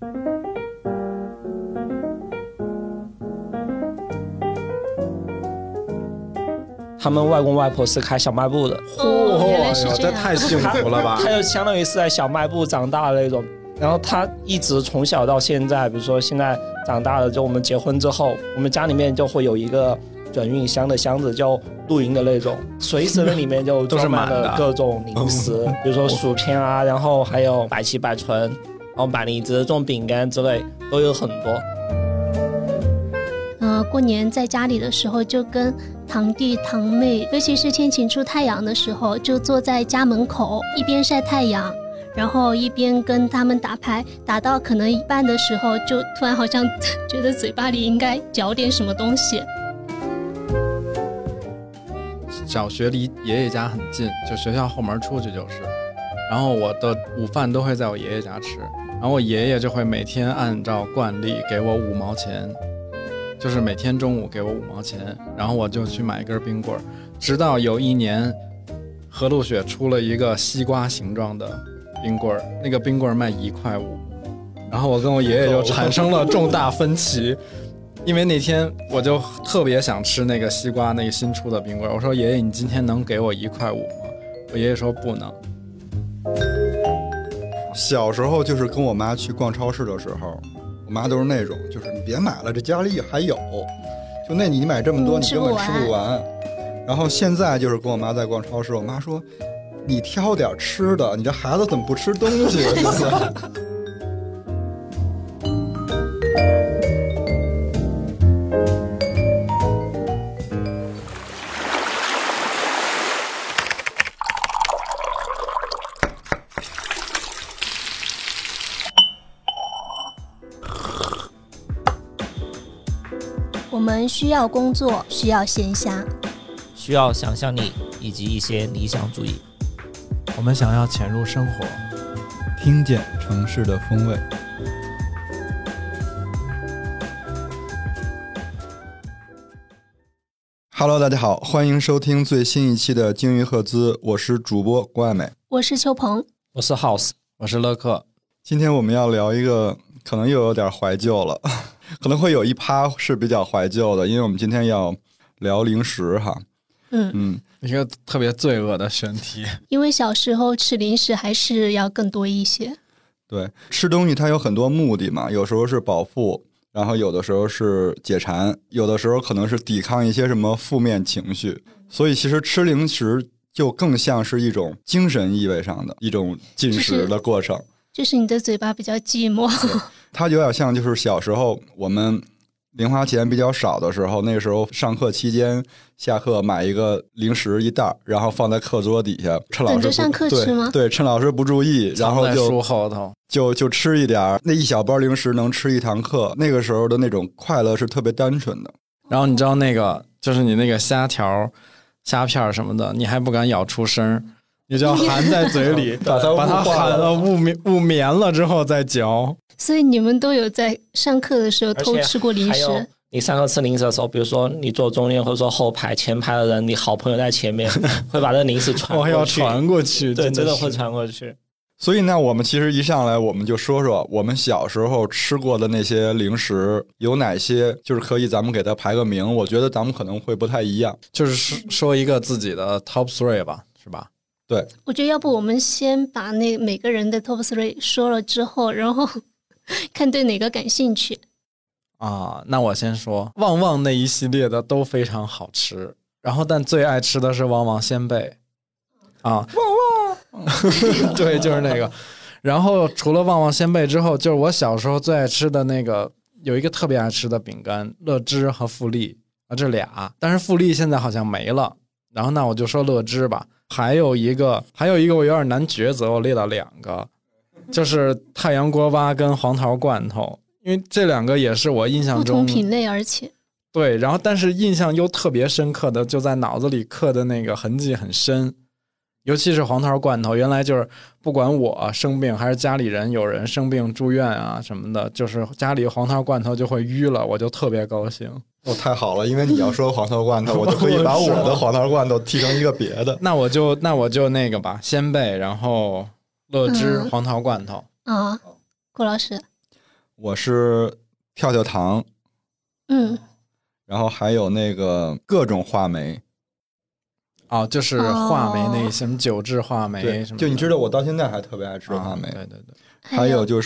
他们外公外婆是开小卖部的。 原来是这样， 这太幸福了吧。 他就相当于是在小卖部长大的那种，然后他一直从小到现在，比如说现在长大了，就我们结婚之后，我们家里面就会有一个转运箱的箱子，叫露营的那种，随时那里面就装满了各种零食，比如说薯片啊，然后还有百奇百醇，然后板栗子这种饼干之类都有很多。 过年在家里的时候就跟堂弟堂妹，尤其是天晴出太阳的时候，就坐在家门口一边晒太阳，然后一边跟他们打牌，打到可能一半的时候，就突然好像觉得嘴巴里应该嚼点什么东西。 小学离爷爷家很近，就学校后门出去就是，然后我的午饭都会在我爷爷家吃，然后我爷爷就会每天按照惯例给我5毛钱，就是每天中午给我5毛钱，然后我就去买一根冰棍儿，直到有一年和路雪出了一个西瓜形状的冰棍儿，那个冰棍儿卖1.5块，然后我跟我爷爷就产生了重大分歧，因为那天我就特别想吃那个西瓜那个新出的冰棍儿，我说爷爷你今天能给我1.5块吗？我爷爷说不能。 小时候就是跟我妈去逛超市的时候，我妈都是那种，就是你别买了，这家里还有，就那你买这么多，你根本吃不完。然后现在就是跟我妈在逛超市，我妈说你挑点吃的，你这孩子怎么不吃东西？ 我们需要工作，需要闲暇， 需要想象力以及一些理想主义。 我们想要潜入生活， 听见城市的风味。Hello， 大家好，欢迎收听最新一期的鲸鱼赫兹，我是主播郭爱美， 我是秋鹏， 我是 House， 我是乐克。 今天我们要聊一个可能又有点怀旧了，可能会有一趴是比较怀旧的，因为我们今天要聊零食哈。 一个特别罪恶的选题， 因为小时候吃零食还是要更多一些。 对，吃东西它有很多目的嘛，有时候是饱腹，然后有的时候是解馋，有的时候可能是抵抗一些什么负面情绪，所以其实吃零食就更像是一种精神意味上的一种进食的过程， 就是你的嘴巴比较寂寞。 它有点像就是小时候我们零花钱比较少的时候，那时候上课期间下课买一个零食一袋，然后放在课桌底下，趁老师等着上课吃吗？ 对，趁老师不注意，然后藏在书后头就吃一点，那一小包零食能吃一堂课，那个时候的那种快乐是特别单纯的。 然后你知道那个就是你那个虾条虾片什么的，你还不敢咬出声，你就要含在嘴里把它含了捂绵了之后再嚼。 所以你们都有在上课的时候偷吃过零食？ 你上课吃零食的时候，比如说你坐中间或者说后排前排的人，你好朋友在前面会把这零食传过去， 要传过去， 对，真的会传过去。 所以呢，我们其实一上来我们就说说我们小时候吃过的那些零食有哪些，就是可以咱们给它排个名。我觉得咱们可能会不太一样， 就是说一个自己的 top 3吧，是吧？ 对， 我觉得要不我们先把那每个人的 top 3说了之后，然后看对哪个感兴趣啊。那我先说，旺旺那一系列的都非常好吃，然后但最爱吃的是旺旺鲜贝啊，旺旺对，就是那个。然后除了旺旺鲜贝之后，就是我小时候最爱吃的那个，有一个特别爱吃的饼干，乐之和富力啊，这俩，但是富力现在好像没了，然后那我就说乐之吧。还有一个我有点难抉择，我列到2个，就是太阳锅巴跟黄桃罐头，因为这2个也是我印象中不同品类，而且对，然后但是印象又特别深刻的，就在脑子里刻的那个痕迹很深。尤其是黄桃罐头，原来就是不管我生病还是家里人有人生病住院啊什么的，就是家里黄桃罐头就会淤了，我就特别高兴。 哦，太好了，因为你要说黄桃罐头，我就可以把我的黄桃罐头替成一个别的。 那我就那个吧，鲜贝，然后乐之、黄桃罐头啊。郭老师， 我是跳跳糖，然后还有那个各种话梅。 哦，就是话梅那什么酒制话梅什么， 就你知道我到现在还特别爱吃话梅。 对对对。 还有就是，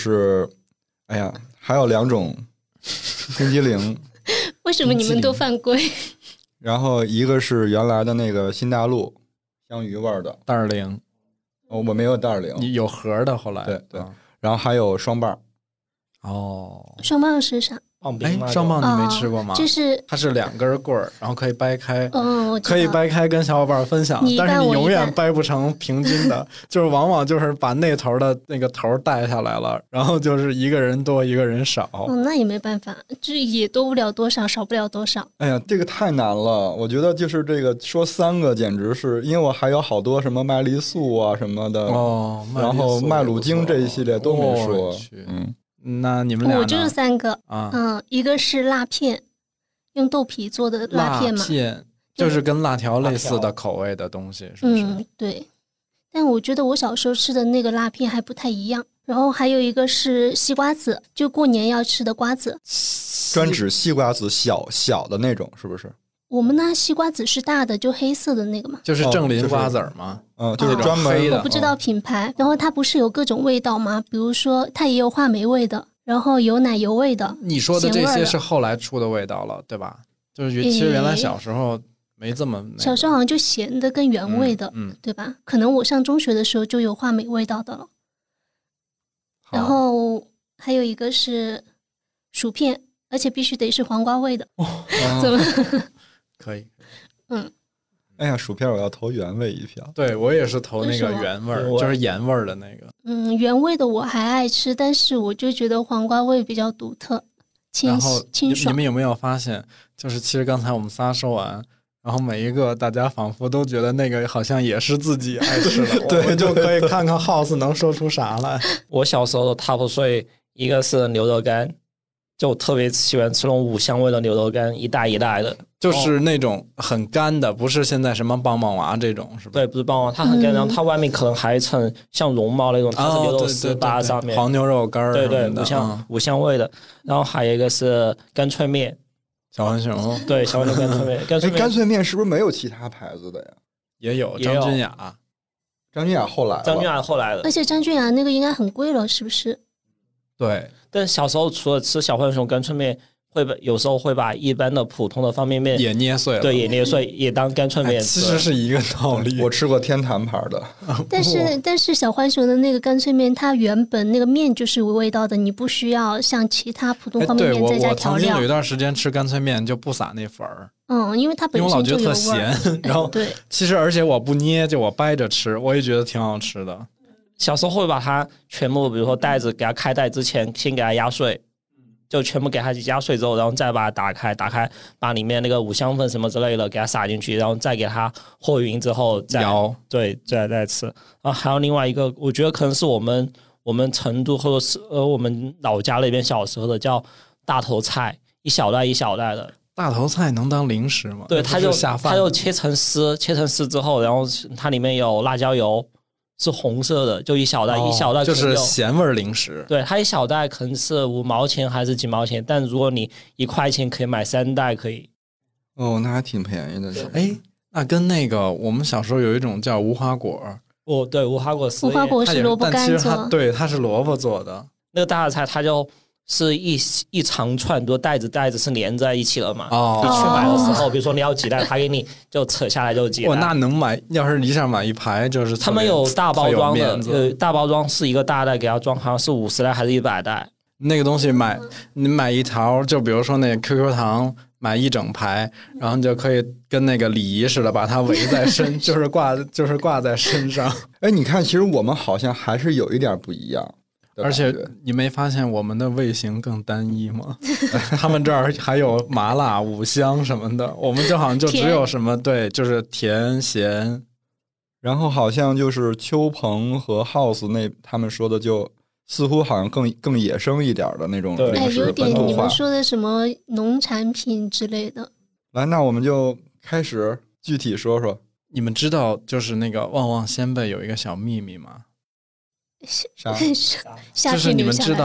哎呀，还有2种冰激凌。 为什么你们都犯规？ 然后一个是原来的那个新大陆香鱼味的袋儿零， 我没有袋儿零， 你有盒的后来。 对对，然后还有双棒。 哦， 双棒是啥？ 双棒你没吃过吗？ 就是它是2根棍儿，然后可以掰开， 可以掰开跟小伙伴分享，但是你永远掰不成平均的，就是往往就是把那头的那个头带下来了，然后就是一个人多一个人少。 那也没办法，这也多不了多少，少不了多少。 哎呀，这个太难了，我觉得就是这个说3个简直是，因为我还有好多什么麦丽素啊什么的然后麦乳精这一系列都没说。 那你们俩呢？ 我就是3个一个是辣片，用豆皮做的辣片嘛， 就是跟辣条类似的口味的东西，是不是？ 对。但我觉得我小时候吃的那个辣片还不太一样。然后还有一个是西瓜子，就过年要吃的瓜子， 专指西瓜子小的那种，是不是？ 我们那西瓜子是大的，就黑色的那个嘛， 就是正林瓜子吗？ 就是专门的，我不知道品牌。然后它不是有各种味道吗？比如说它也有话梅味的，然后有奶油味的。 你说的这些是后来出的味道了，对吧？就是其实原来小时候没这么小时候好像就咸的跟原味的，对吧？可能我上中学的时候就有话梅味道的了。然后还有一个是薯片，而且必须得是黄瓜味的。怎么？ 可以。 哎呀，薯片我要投原味一票。 对，我也是投那个原味，就是盐味的那个。 原味的我还爱吃，但是我就觉得黄瓜味比较独特，清爽。 你们有没有发现，就是其实刚才我们仨说完，然后每一个大家仿佛都觉得那个好像也是自己爱吃的， 对， 我们就可以看看 House 能说出啥来。 我小时候的 top 3，一个是牛肉干，就特别喜欢吃那种5香味的牛肉干，一袋一袋的， 就是那种很干的，不是现在什么棒棒娃这种，是吧？ 对，不是棒棒，它很干，然后它外面可能还一层像绒毛那种，它是牛肉丝搭上面， 黄牛肉干， 对对，五香味的。然后还有一个是干脆面， 小浣熊， 对，小浣熊干脆面， 干脆面是不是没有其他牌子的呀？ 也有张君雅， 后来， 张君雅后来的， 而且张君雅那个应该很贵了，是不是？ 对， 但小时候除了吃小浣熊干脆面，有时候会把一般的普通的方便面也捏碎了， 对，也捏碎，也当干脆面吃。其实是一个道理。 我吃过天坛牌的， 但是小浣熊的那个干脆面，它原本那个面就是有味道的，你不需要像其他普通方便面再加调料。 我曾经有一段时间吃干脆面就不撒那粉儿， 因为它本身就有味儿， 因为我老觉得特咸。然后对， 其实而且我不捏，就我掰着吃，我也觉得挺好吃的。 小时候会把它全部，比如说袋子给它开袋之前，先给它压碎。就全部给它压碎之后，然后再把它打开，把里面那个五香粉什么之类的给它撒进去，然后再给它和匀之后再吃。然后还有另外一个，我觉得可能是我们成都或者是我们老家那边小时候的叫大头菜，一小袋一小袋的。 大头菜能当零食吗？ 对，它就切成丝之后，然后它里面有辣椒油。是红色的，就一小袋，一小袋就是咸味零食。 对，它一小袋可能是5毛钱还是几毛钱，但如果你1块钱可以买3袋，可以。 哦，那还挺便宜的。 哎，那跟那个我们小时候有一种叫无花果。 对，无花果丝。 无花果是萝卜干做。 对，它是萝卜做的。 那个大的菜，它就是一长串，多袋子是连在一起了嘛。你去买的时候，比如说你要几袋，他给你就扯下来就几袋。 那能买？要是一下买一排，就是他们有大包装的，大包装是一个大袋给它装，好像是50袋还是100袋。 那个东西你买一条，就比如说那个 QQ 糖，买一整排，然后你就可以跟那个礼仪似的，把它围在身，就是挂在身上。 哎，你看，其实我们好像还是有一点不一样。 而且你没发现我们的味型更单一吗？他们这儿还有麻辣、五香什么的，我们就好像就只有什么对，就是甜咸。 然后好像就是邱鹏和 House 他们说的，就似乎好像更野生一点的那种零食， 有点你们说的什么农产品之类的。 来，那我们就开始具体说说。 你们知道就是那个旺旺仙贝有一个小秘密吗？ 啥？ 就是你们知道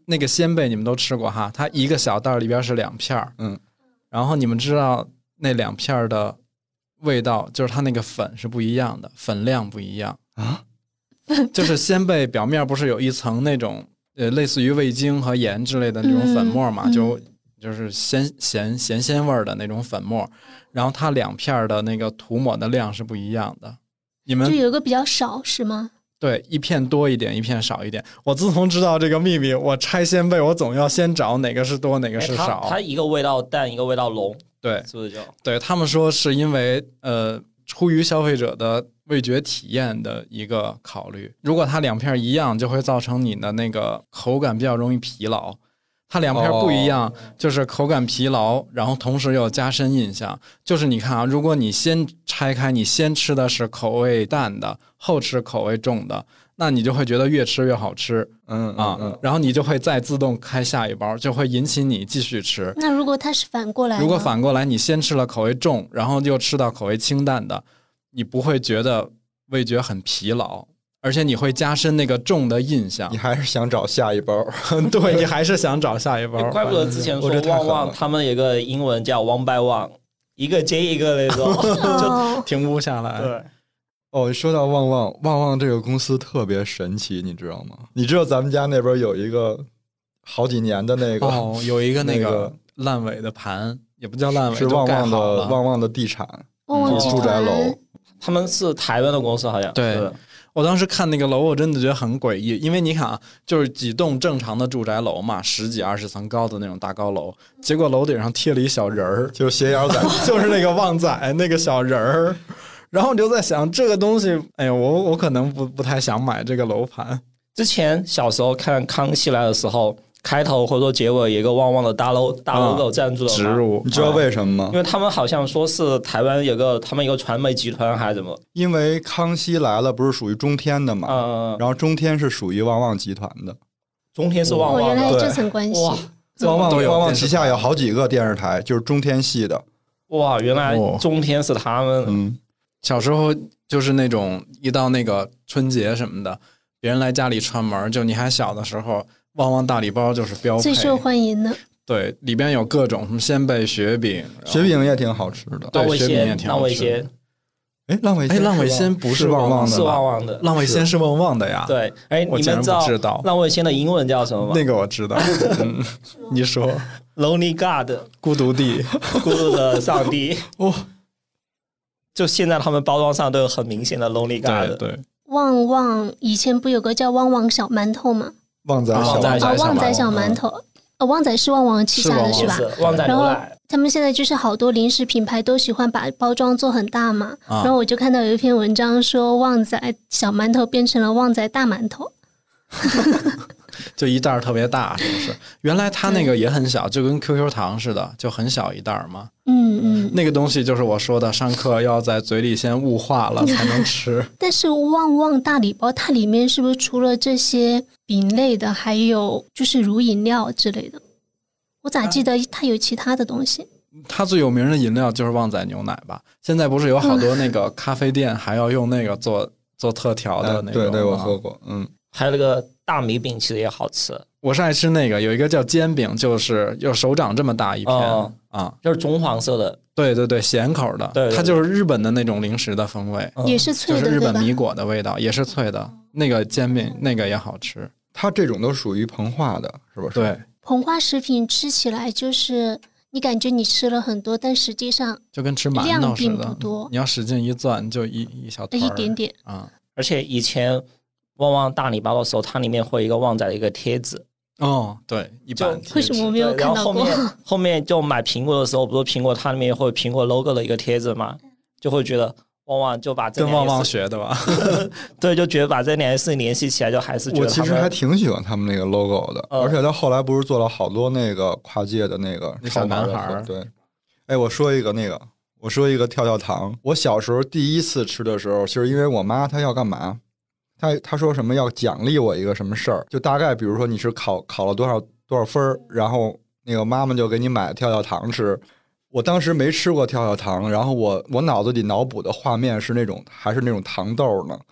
那个鲜贝你们都吃过哈，它一个小袋里边是2片，然后你们知道那2片的味道，就是它那个粉是不一样的，粉量不一样啊。 就是鲜贝表面不是有一层那种类似于味精和盐之类的那种粉末嘛，就是咸味的那种粉末，然后它2片的那个涂抹的量是不一样的。你们就有一个比较少是吗？ 对，一片多一点，一片少一点。我自从知道这个秘密，我拆鲜贝我总要先找哪个是多，哪个是少。 它一个味道淡，一个味道浓， 对， 是不是就？ 对，他们说是因为出于消费者的味觉体验的一个考虑，如果它2片一样，就会造成你的那个口感比较容易疲劳。它2片不一样，就是口感疲劳，然后同时又加深印象。就是你看啊，如果你先拆开，你先吃的是口味淡的，后吃口味重的，那你就会觉得越吃越好吃，然后你就会再自动开下一包，就会引起你继续吃。 那如果它是反过来， 如果反过来你先吃了口味重，然后又吃到口味清淡的，你不会觉得味觉很疲劳，而且你会加深那个重的印象。 你还是想找下一包对，你还是想找下一包。 怪不得之前说旺旺他们有个英文叫 one by one， 一个接一个那种就停不下来。 对。 说到旺旺这个公司特别神奇，你知道吗？你知道咱们家那边有一个好几年的那个有一个那个烂尾的盘，也不叫烂尾， 是旺旺的地产，住宅楼。 他们是台湾的公司，好像。 对，我当时看那个楼，我真的觉得很诡异，因为你看啊，就是几栋正常的住宅楼嘛，10几20层高的那种大高楼，结果楼顶上贴了一小人儿， 就是斜眼仔， 就是那个旺仔那个小人儿。然后我就在想，这个东西，哎呀，我可能不太想买这个楼盘。 之前小时候看《康熙来的时候，开头或者说结尾有一个旺旺的大 logo 站住了植入， 你知道为什么吗？ 因为他们好像说是台湾他们有个传媒集团还是怎么？ 因为康熙来了不是属于中天的嘛，然后中天是属于旺旺集团的， 中天是旺旺的， 原来这层关系。 旺旺旗下有好几个电视台，就是中天系的。 哇，原来中天是他们。 小时候就是那种一到那个春节什么的，别人来家里串门，就你还小的时候，旺旺大礼包就是标配， 最受欢迎的。 对，里边有各种什么鲜贝、雪饼也挺好吃的。 对，雪饼也挺好吃的。 浪味仙不是旺旺的， 是旺旺的。 浪味仙是旺旺的呀。 对， 我你们知道浪味仙的英文叫什么吗？ 那个我知道。你说 Lonely God， 孤独地， 孤独的上帝。就现在他们包装上都有很明显的 Lonely God。 对。 旺旺以前不有个叫旺旺小馒头吗？ 旺仔小馒头。旺仔是旺旺旗下的是吧？ 旺仔牛奶。 他们现在就是好多零食品牌都喜欢把包装做很大嘛，然后我就看到有一篇文章说旺仔小馒头变成了旺仔大馒头。 就一袋特别大，是不是？原来它那个也很小，就跟 QQ 糖似的，就很小一袋嘛。那个东西就是我说的，上课要在嘴里先雾化了才能吃。 但是旺旺大礼包它里面是不是除了这些饼类的，还有就是乳饮料之类的？我咋记得它有其他的东西？ 它最有名的饮料就是旺仔牛奶吧？现在不是有好多那个咖啡店还要用那个做特调的那种？ 对，我喝过。 还有那个大米饼，其实也好吃。 我是爱吃那个，有一个叫煎饼，就是有手掌这么大一片就是棕黄色的。 对，咸口的。对，它就是日本的那种零食的风味， 也是脆的， 就是日本米果的味道，也是脆的。那个煎饼那个也好吃。 它这种都属于膨化的，是不是？ 对， 膨化食品吃起来就是你感觉你吃了很多，但实际上就跟吃馒头似的， 量并不多。 你要使劲一攥，就一小团， 一点点而且以前旺旺大礼包的时候，它里面会有一个旺仔的一个贴纸。 对，一般为什么我没有看到过？ 后面就买苹果的时候，不是苹果它里面会有苹果 logo 的一个贴纸嘛，就会觉得旺旺就把这跟旺旺学的吧。 对，就觉得把这两件事联系起来，就还是觉得我其实还挺喜欢他们那个 logo 的，而且他后来不是做了好多那个跨界的那个小男孩。 对，我说一个跳跳糖。我小时候第一次吃的时候，就是因为我妈她要干嘛？他说什么要奖励我一个什么事儿，就大概比如说你是考了多少分，然后那个妈妈就给你买跳跳糖吃。我当时没吃过跳跳糖，然后我脑子里脑补的画面是还是那种糖豆呢，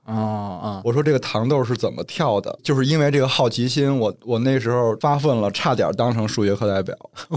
我说这个糖豆是怎么跳的，就是因为这个好奇心，我那时候发奋了，差点当成数学课代表。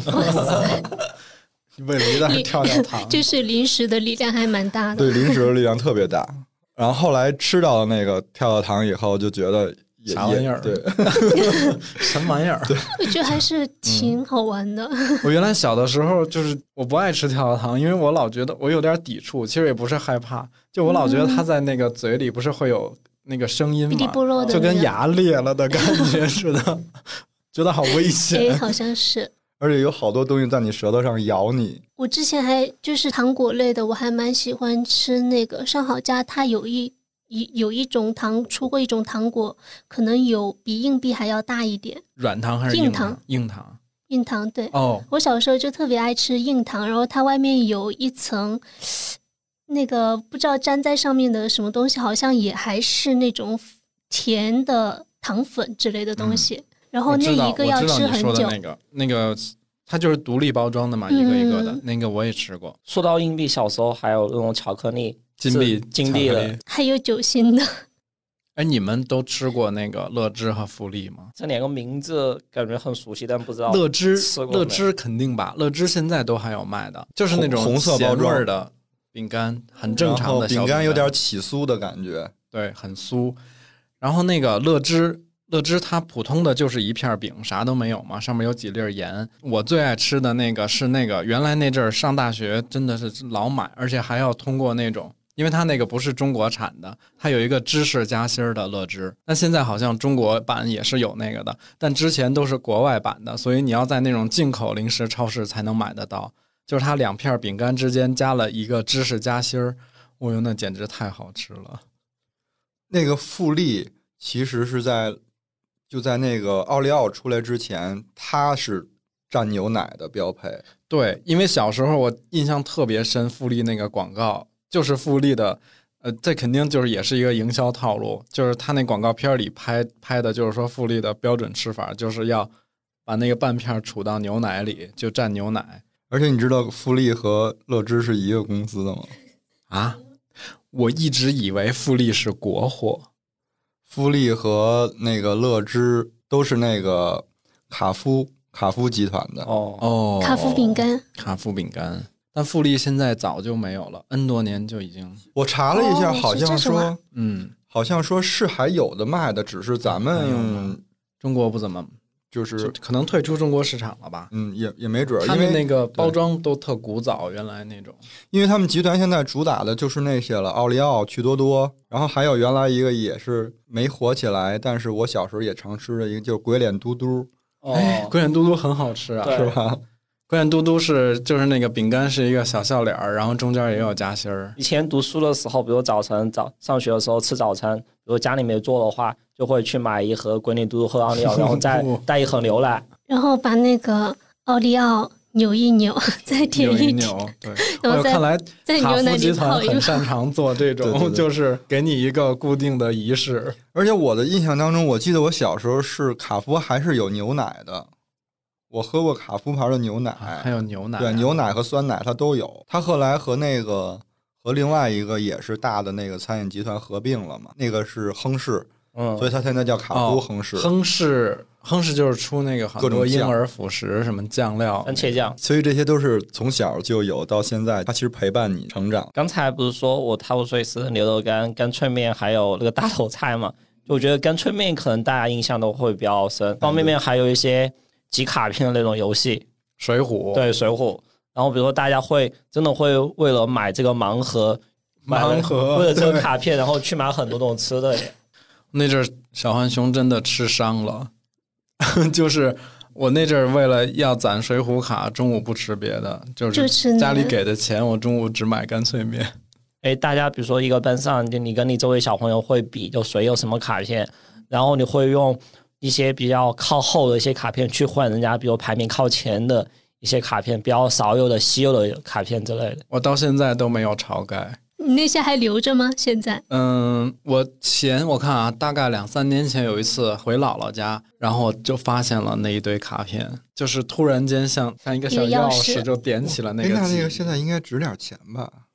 为了一袋跳跳糖， 就是零食的力量还蛮大的。 对，零食的力量特别大。然后后来吃到了那个跳跳糖以后，就觉得啥玩意儿？ 对， 什么玩意儿？ 对， 我觉得还是挺好玩的。 我原来小的时候就是我不爱吃跳跳糖，因为我老觉得我有点抵触，其实也不是害怕，就我老觉得它在那个嘴里不是会有那个声音嘛，就跟牙裂了的感觉似的，觉得好危险。 好像是。 而且有好多东西在你舌头上咬你。 我之前还就是糖果类的，我还蛮喜欢吃那个上好佳，它有一种糖出过一种糖果，可能有比硬币还要大一点。 软糖还是硬糖？硬糖。 硬糖，对。 我小时候就特别爱吃硬糖，然后它外面有一层那个不知道粘在上面的什么东西，好像也还是那种甜的糖粉之类的东西。然后那一个要吃很久。 我知道你说的那个它就是独立包装的嘛，一个一个的，那个我也吃过。 说到硬币，小时候还有那种巧克力， 金币的， 还有酒心的。 哎，你们都吃过那个乐芝和富力吗？ 这两个名字感觉很熟悉，但不知道。 乐芝肯定吧，乐芝现在都还有卖的，就是那种红色包装的饼干，很正常的小饼干，有点起酥的感觉， 对，很酥。然后那个乐芝它普通的就是一片饼，啥都没有嘛，上面有几粒盐。我最爱吃的那个是那个，原来那阵儿上大学真的是老买，而且还要通过那种，因为它那个不是中国产的，它有一个芝士夹心的乐芝。但现在好像中国版也是有那个的，但之前都是国外版的，所以你要在那种进口零食超市才能买得到。就是它两片饼干之间加了一个芝士夹心，哦哟，那简直太好吃了。 那个富力其实是就在那个奥利奥出来之前，它是蘸牛奶的标配。 对，因为小时候我印象特别深，富力那个广告就是富力的，这肯定就是也是一个营销套路，就是他那广告片里拍的就是说富力的标准吃法就是要把那个半片杵到牛奶里，就蘸牛奶。 而且你知道富力和乐芝是一个公司的吗？ 啊，我一直以为富力是国货。 富力和那个乐芝都是那个卡夫集团的。 卡夫饼干，但富力现在早就没有了 ，N 多年就已经。 我查了一下，好像说，好像说是还有的卖的，只是咱们中国不怎么，就是可能退出中国市场了吧。 也没准， 他们那个包装都特古早，原来那种。 因为他们集团现在主打的就是那些了，奥利奥、趣多多，然后还有原来一个也是没火起来，但是我小时候也常吃的一个，就是鬼脸嘟嘟。 鬼脸嘟嘟很好吃啊， 是吧？ 鬼脸嘟嘟就是那个饼干是一个小笑脸，然后中间也有夹心儿。 以前读书的时候，比如早上上学的时候吃早餐，比如家里没做的话，就会去买一盒鬼脸嘟嘟和奥利奥，然后再带一盒牛奶， 然后把那个奥利奥扭一扭，再舔一扭。对， 然后看来卡夫集团很擅长做这种， 对就是给你一个固定的仪式。 而且我的印象当中，我记得我小时候是卡夫还是有牛奶的。我喝过卡夫牌的牛奶， 还有牛奶， 对，牛奶和酸奶它都有。它后来和另外一个也是大的那个餐饮集团合并了嘛，那个是亨氏，所以它现在叫卡夫亨氏。 亨氏就是出那个很多婴儿辅食，什么酱料、 番茄酱， 所以这些都是从小就有到现在，它其实陪伴你成长。 刚才不是说我差不多说是牛肉干、干脆面，还有那个大头菜嘛？就我觉得干脆面可能大家印象都会比较深，方便面还有一些集卡片的那种游戏， 水浒， 对，水浒。然后比如说大家真的会为了买这个盲盒，为了这个卡片，然后去买很多种吃的。 那阵小浣熊真的吃伤了，就是我那阵为了要攒水浒卡，中午不吃别的，就是家里给的钱，我中午只买干脆面。 大家比如说一个班上，你跟你周围小朋友会比，就谁有什么卡片，然后你会用一些比较靠后的一些卡片去换人家比如排名靠前的一些卡片，比较少有的稀有的卡片之类的。 我到现在都没有晁盖。 你那些还留着吗？现在？ 我看啊，大概2-3年前有一次回姥姥家，然后就发现了那一堆卡片，就是突然间像一个小钥匙就点起了那个。 那个现在应该值点钱吧？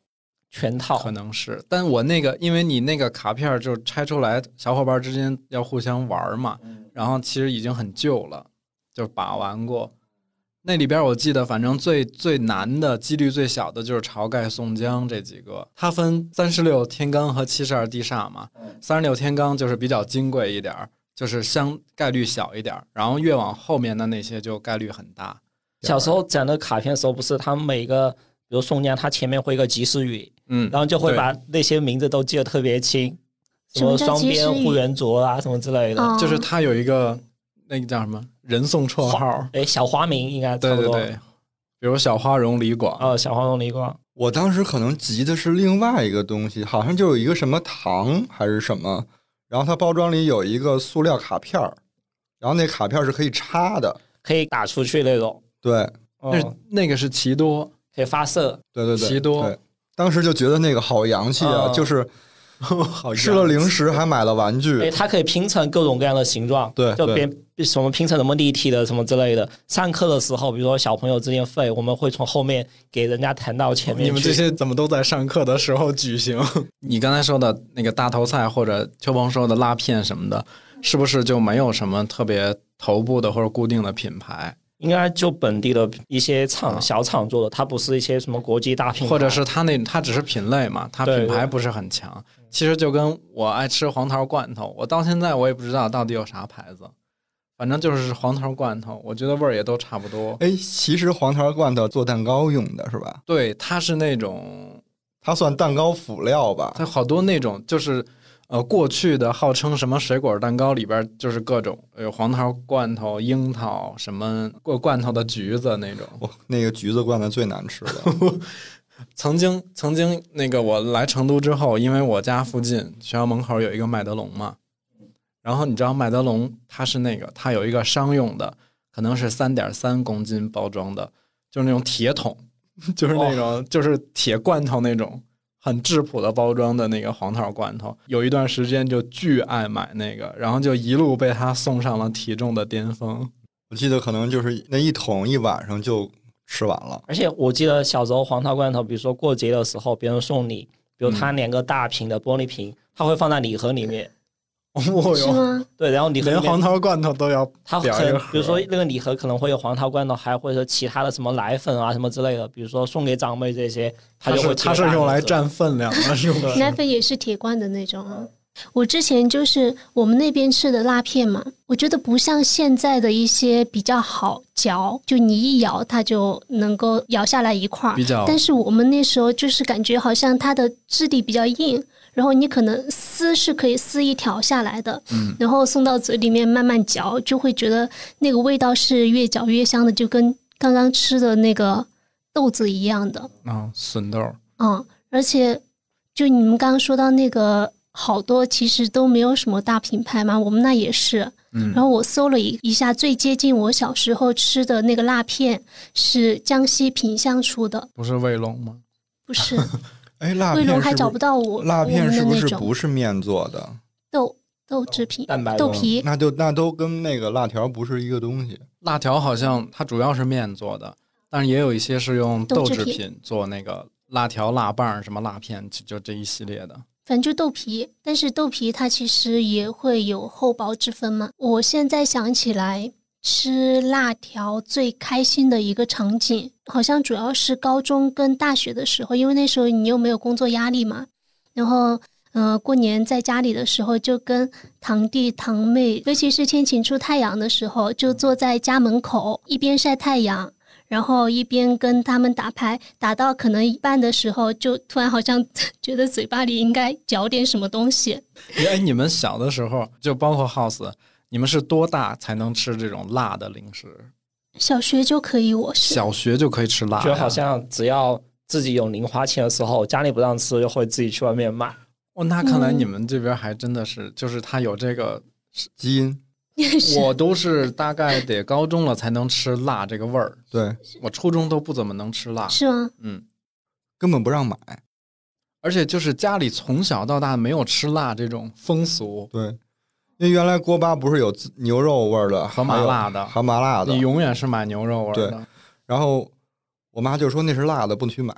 全套可能是。但我那个因为你那个卡片就拆出来，小伙伴之间要互相玩嘛，然后其实已经很旧了，就把玩过。那里边我记得反正最难的几率最小的就是晁盖、宋江这几个，它分36天罡和72地煞嘛。36天罡就是比较金贵一点，就是概率小一点，然后越往后面的那些就概率很大。 小时候讲的卡片的时候，不是他们每个，比如宋江，他前面会一个及时雨，然后就会把那些名字都记得特别清，什么双边护元卓啊，什么之类的， 就是他有一个那个叫什么人送绰号， 小花名应该差不多。 对，比如小花荣、李广。 小花荣、李广。 我当时可能集的是另外一个东西，好像就有一个什么糖还是什么，然后它包装里有一个塑料卡片，然后那卡片是可以插的， 可以打出去那种。 对， 那个是奇多， 可以发射。 对， 奇多。 对，当时就觉得那个好洋气啊，就是吃了零食还买了玩具。 它可以拼成各种各样的形状， 对， 就什么拼成什么立体的什么之类的。上课的时候，比如说小朋友之间废，我们会从后面给人家弹到前面去。 你们这些怎么都在上课的时候举行？你刚才说的那个大头菜或者秋鹏说的辣片什么的，是不是就没有什么特别头部的或者固定的品牌？ 应该就本地的一些小厂做的，它不是一些什么国际大品牌， 或者是它只是品类嘛，它品牌不是很强。其实就跟我爱吃黄桃罐头，我到现在我也不知道到底有啥牌子，反正就是黄桃罐头，我觉得味儿也都差不多。 其实黄桃罐头做蛋糕用的是吧？ 对，它是那种， 它算蛋糕辅料吧？ 它好多那种就是过去的号称什么水果蛋糕里边就是各种有黄桃罐头、樱桃什么罐头的橘子那种。 那个橘子罐头最难吃了。 曾经那个我来成都之后，因为我家附近学校门口有一个麦德龙嘛，然后你知道麦德龙它是那个它有一个商用的，可能是3.3公斤包装的，就是那种铁桶，就是那种就是铁罐头那种很质朴的包装的那个黄桃罐头。有一段时间就巨爱买那个，然后就一路被它送上了体重的巅峰。 我记得可能就是那一桶一晚上就吃完了。 而且我记得小时候黄桃罐头，比如说过节的时候别人送礼，比如他连个大瓶的玻璃瓶，他会放在礼盒里面。 是吗？ 对，然后礼盒连黄桃罐头都要它比如说那个礼盒可能会有黄桃罐头，还会有其他的什么奶粉啊什么之类的，比如说送给长辈这些，它是用来占分量的，是吧？ 奶粉也是铁罐的那种啊。我之前就是我们那边吃的辣片嘛，我觉得不像现在的一些比较好嚼，就你一咬它就能够咬下来一块，但是我们那时候就是感觉好像它的质地比较硬，然后你可能撕是可以撕一条下来的，然后送到嘴里面慢慢嚼，就会觉得那个味道是越嚼越香的，就跟刚刚吃的那个豆子一样的。 笋豆。 而且就你们刚刚说到那个好多其实都没有什么大品牌嘛，我们那也是。然后我搜了一下，最接近我小时候吃的那个辣片是江西萍乡出的。 不是卫龙吗？ 不是。 辣片卫龙还找不到我。 辣片是不是面做的？ 豆制品， 豆皮。 那都跟那个辣条不是一个东西。 辣条好像它主要是面做的，但是也有一些是用豆制品做那个辣条、辣棒、什么辣片，就这一系列的。 反正就豆皮，但是豆皮它其实也会有厚薄之分嘛。我现在想起来吃辣条最开心的一个场景，好像主要是高中跟大学的时候，因为那时候你又没有工作压力嘛，然后过年在家里的时候就跟堂弟堂妹，尤其是天晴出太阳的时候，就坐在家门口一边晒太阳，然后一边跟他们打牌，打到可能一半的时候，就突然好像觉得嘴巴里应该嚼点什么东西。 你们小的时候，就包括 House， 你们是多大才能吃这种辣的零食？ 小学就可以， 小学就可以吃辣， 就好像只要自己有零花钱的时候，家里不让吃，就会自己去外面买。 那看来你们这边还真的是，就是他有这个基因。 我都是大概得高中了才能吃辣这个味儿。 对， 我初中都不怎么能吃辣。 是吗？ 根本不让买。 而且就是家里从小到大没有吃辣这种风俗。 对，因为原来锅巴不是有牛肉味的和麻辣的， 和麻辣的， 你永远是买牛肉味的。 对，然后我妈就说那是辣的，不许买。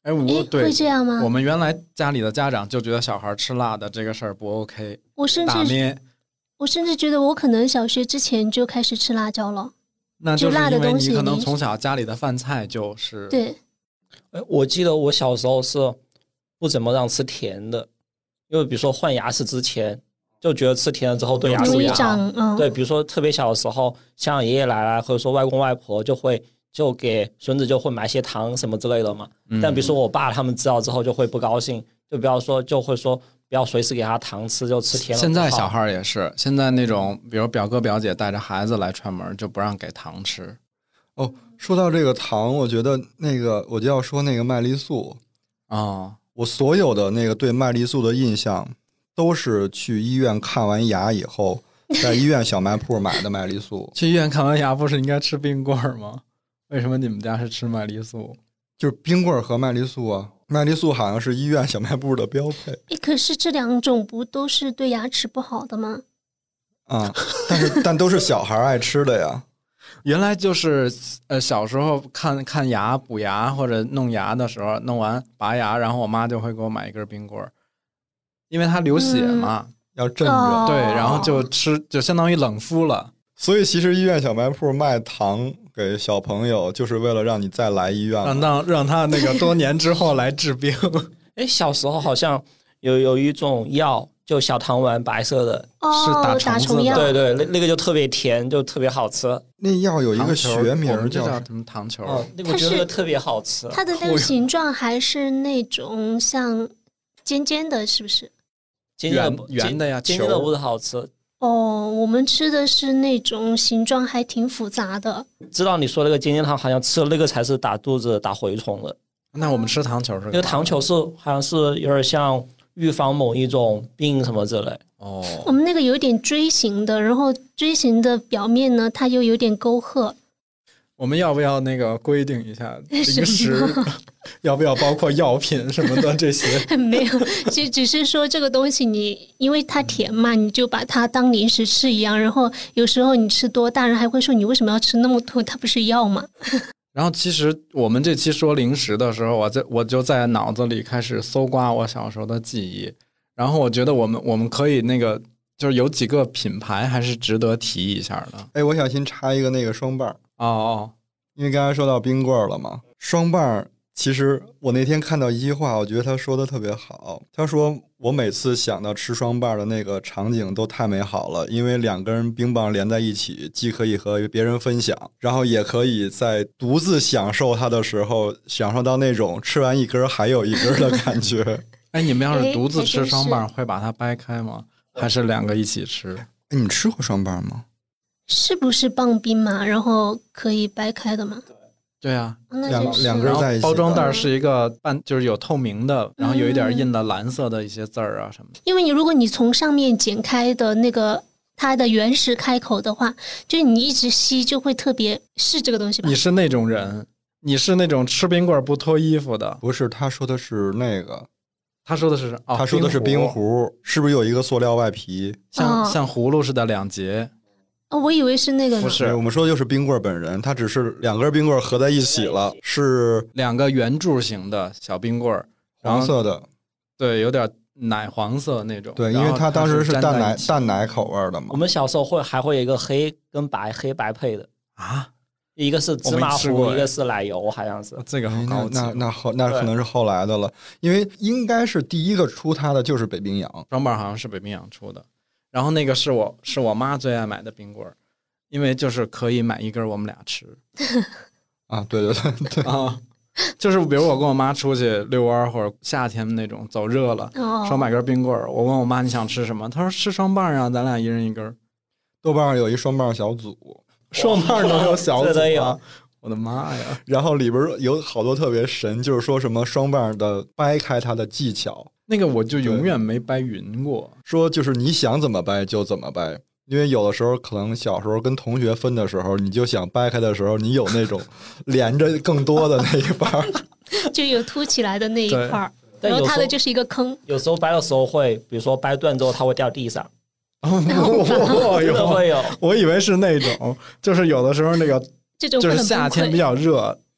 哎， 会这样吗？ 我们原来家里的家长就觉得小孩吃辣的这个事儿不 OK， 我甚至觉得我可能小学之前就开始吃辣椒了。 那就是因为你可能从小家里的饭菜就是对。 我记得我小时候是不怎么让吃甜的，因为比如说换牙齿之前就觉得吃甜了之后对牙齿不好。对，比如说特别小的时候，像爷爷奶奶或者说外公外婆就给孙子就会买些糖什么之类的嘛。但比如说我爸他们知道之后就会不高兴，就会说不要随时给他糖吃，就吃甜了。 现在小孩也是，现在那种比如表哥表姐带着孩子来串门就不让给糖吃。 哦，说到这个糖，我觉得我就要说那个麦丽素啊。 我所有的那个对麦丽素的印象都是去医院看完牙以后在医院小卖铺买的麦丽素。 去医院看完牙不是应该吃冰棍吗？为什么你们家是吃麦丽素？ 就是冰棍和麦丽素啊，麦丽素好像是医院小卖部的标配。 可是这两种不都是对牙齿不好的吗？ 啊，但都是小孩爱吃的呀。 原来就是小时候看牙补牙或者弄牙的时候，弄完拔牙，然后我妈就会给我买一根冰棍，因为它流血嘛， 要镇着。 对，然后就吃，就相当于冷敷了。 所以其实医院小卖铺卖糖给小朋友，就是为了让你再来医院， 让他那个多年之后来治病。 小时候好像有一种药，就小糖丸，白色的， 是打虫子的。对，那个就特别甜，就特别好吃。 那药有一个学名叫什么糖球？ 我觉得特别好吃。 它的那个形状还是那种像尖尖的，是不是？ 圆的呀， 尖尖的不是好吃。 我们吃的是那种形状还挺复杂的。 知道你说那个尖尖糖，好像吃了那个才是打肚子打蛔虫的。 那我们吃糖球是？ 那个糖球是好像是有点像预防某一种病什么之类。 我们那个有点锥形的，然后锥形的表面呢，它又有点沟壑。 我们要不要那个规定一下零食要不要包括药品什么的这些？ 没有，其实只是说这个东西你因为它甜嘛，你就把它当零食吃一样，然后有时候你吃多，大人还会说你为什么要吃那么多，它不是药吗？ 然后其实我们这期说零食的时候，我就在脑子里开始搜刮我小时候的记忆，然后我觉得我们可以那个就是有几个品牌还是值得提一下的。 我想先插一个那个双棒。因为刚才说到冰棍了嘛，双棒其实我那天看到一句话，我觉得他说的特别好。他说我每次想到吃双棒的那个场景都太美好了，因为两根冰棒连在一起，既可以和别人分享，然后也可以在独自享受它的时候享受到那种吃完一根还有一根的感觉。 你们要是独自吃双棒会把它掰开吗？还是两个一起吃？ 你们吃过双棒吗？ 是不是棒冰嘛，然后可以掰开的吗？ 对啊， 两根在一起， 包装袋是一个就是有透明的，然后有一点印的蓝色的一些字儿啊什么的。 因为如果你从上面剪开的那个它的原始开口的话，就是你一直吸就会特别是这个东西吧？ 你是那种人，你是那种吃冰棍不脱衣服的？ 不是，他说的是那个， 他说的是冰壶，是不是有一个塑料外皮， 像葫芦似的两节？ 我以为是那个呢。 不是， 我们说的就是冰棍本人，它只是两根冰棍合在一起了，是两个圆柱形的小冰棍， 黄色的， 对，有点奶黄色那种。 对，因为它当时是淡奶口味的嘛。 我们小时候还会有一个黑跟白配的啊， 一个是芝麻糊，一个是奶油，好像是。 这个好高级。 那可能是后来的了，因为应该是第一个出它的就是北冰洋， 双棒好像是北冰洋出的。然后那个是我妈最爱买的冰棍，因为就是可以买一根我们俩吃。 啊，对啊，就是比如我跟我妈出去遛弯或者夏天那种走热了，说买根冰棍，我问我妈你想吃什么，她说吃双棒啊，咱俩一人一根。 豆瓣上有一双棒小组， 双棒都有小组啊！我的妈呀！ 然后里边有好多特别神，就是说什么双棒的掰开它的技巧。 那个我就永远没掰匀过， 说就是你想怎么掰就怎么掰，因为有的时候可能小时候跟同学分的时候，你就想掰开的时候，你有那种连着更多的那一半， 就有凸起来的那一块，然后它的就是一个坑。 有时候掰的时候会，比如说掰断之后，它会掉地上。 真的会有， 我以为是那种，就是有的时候那个这种就是夏天比较热。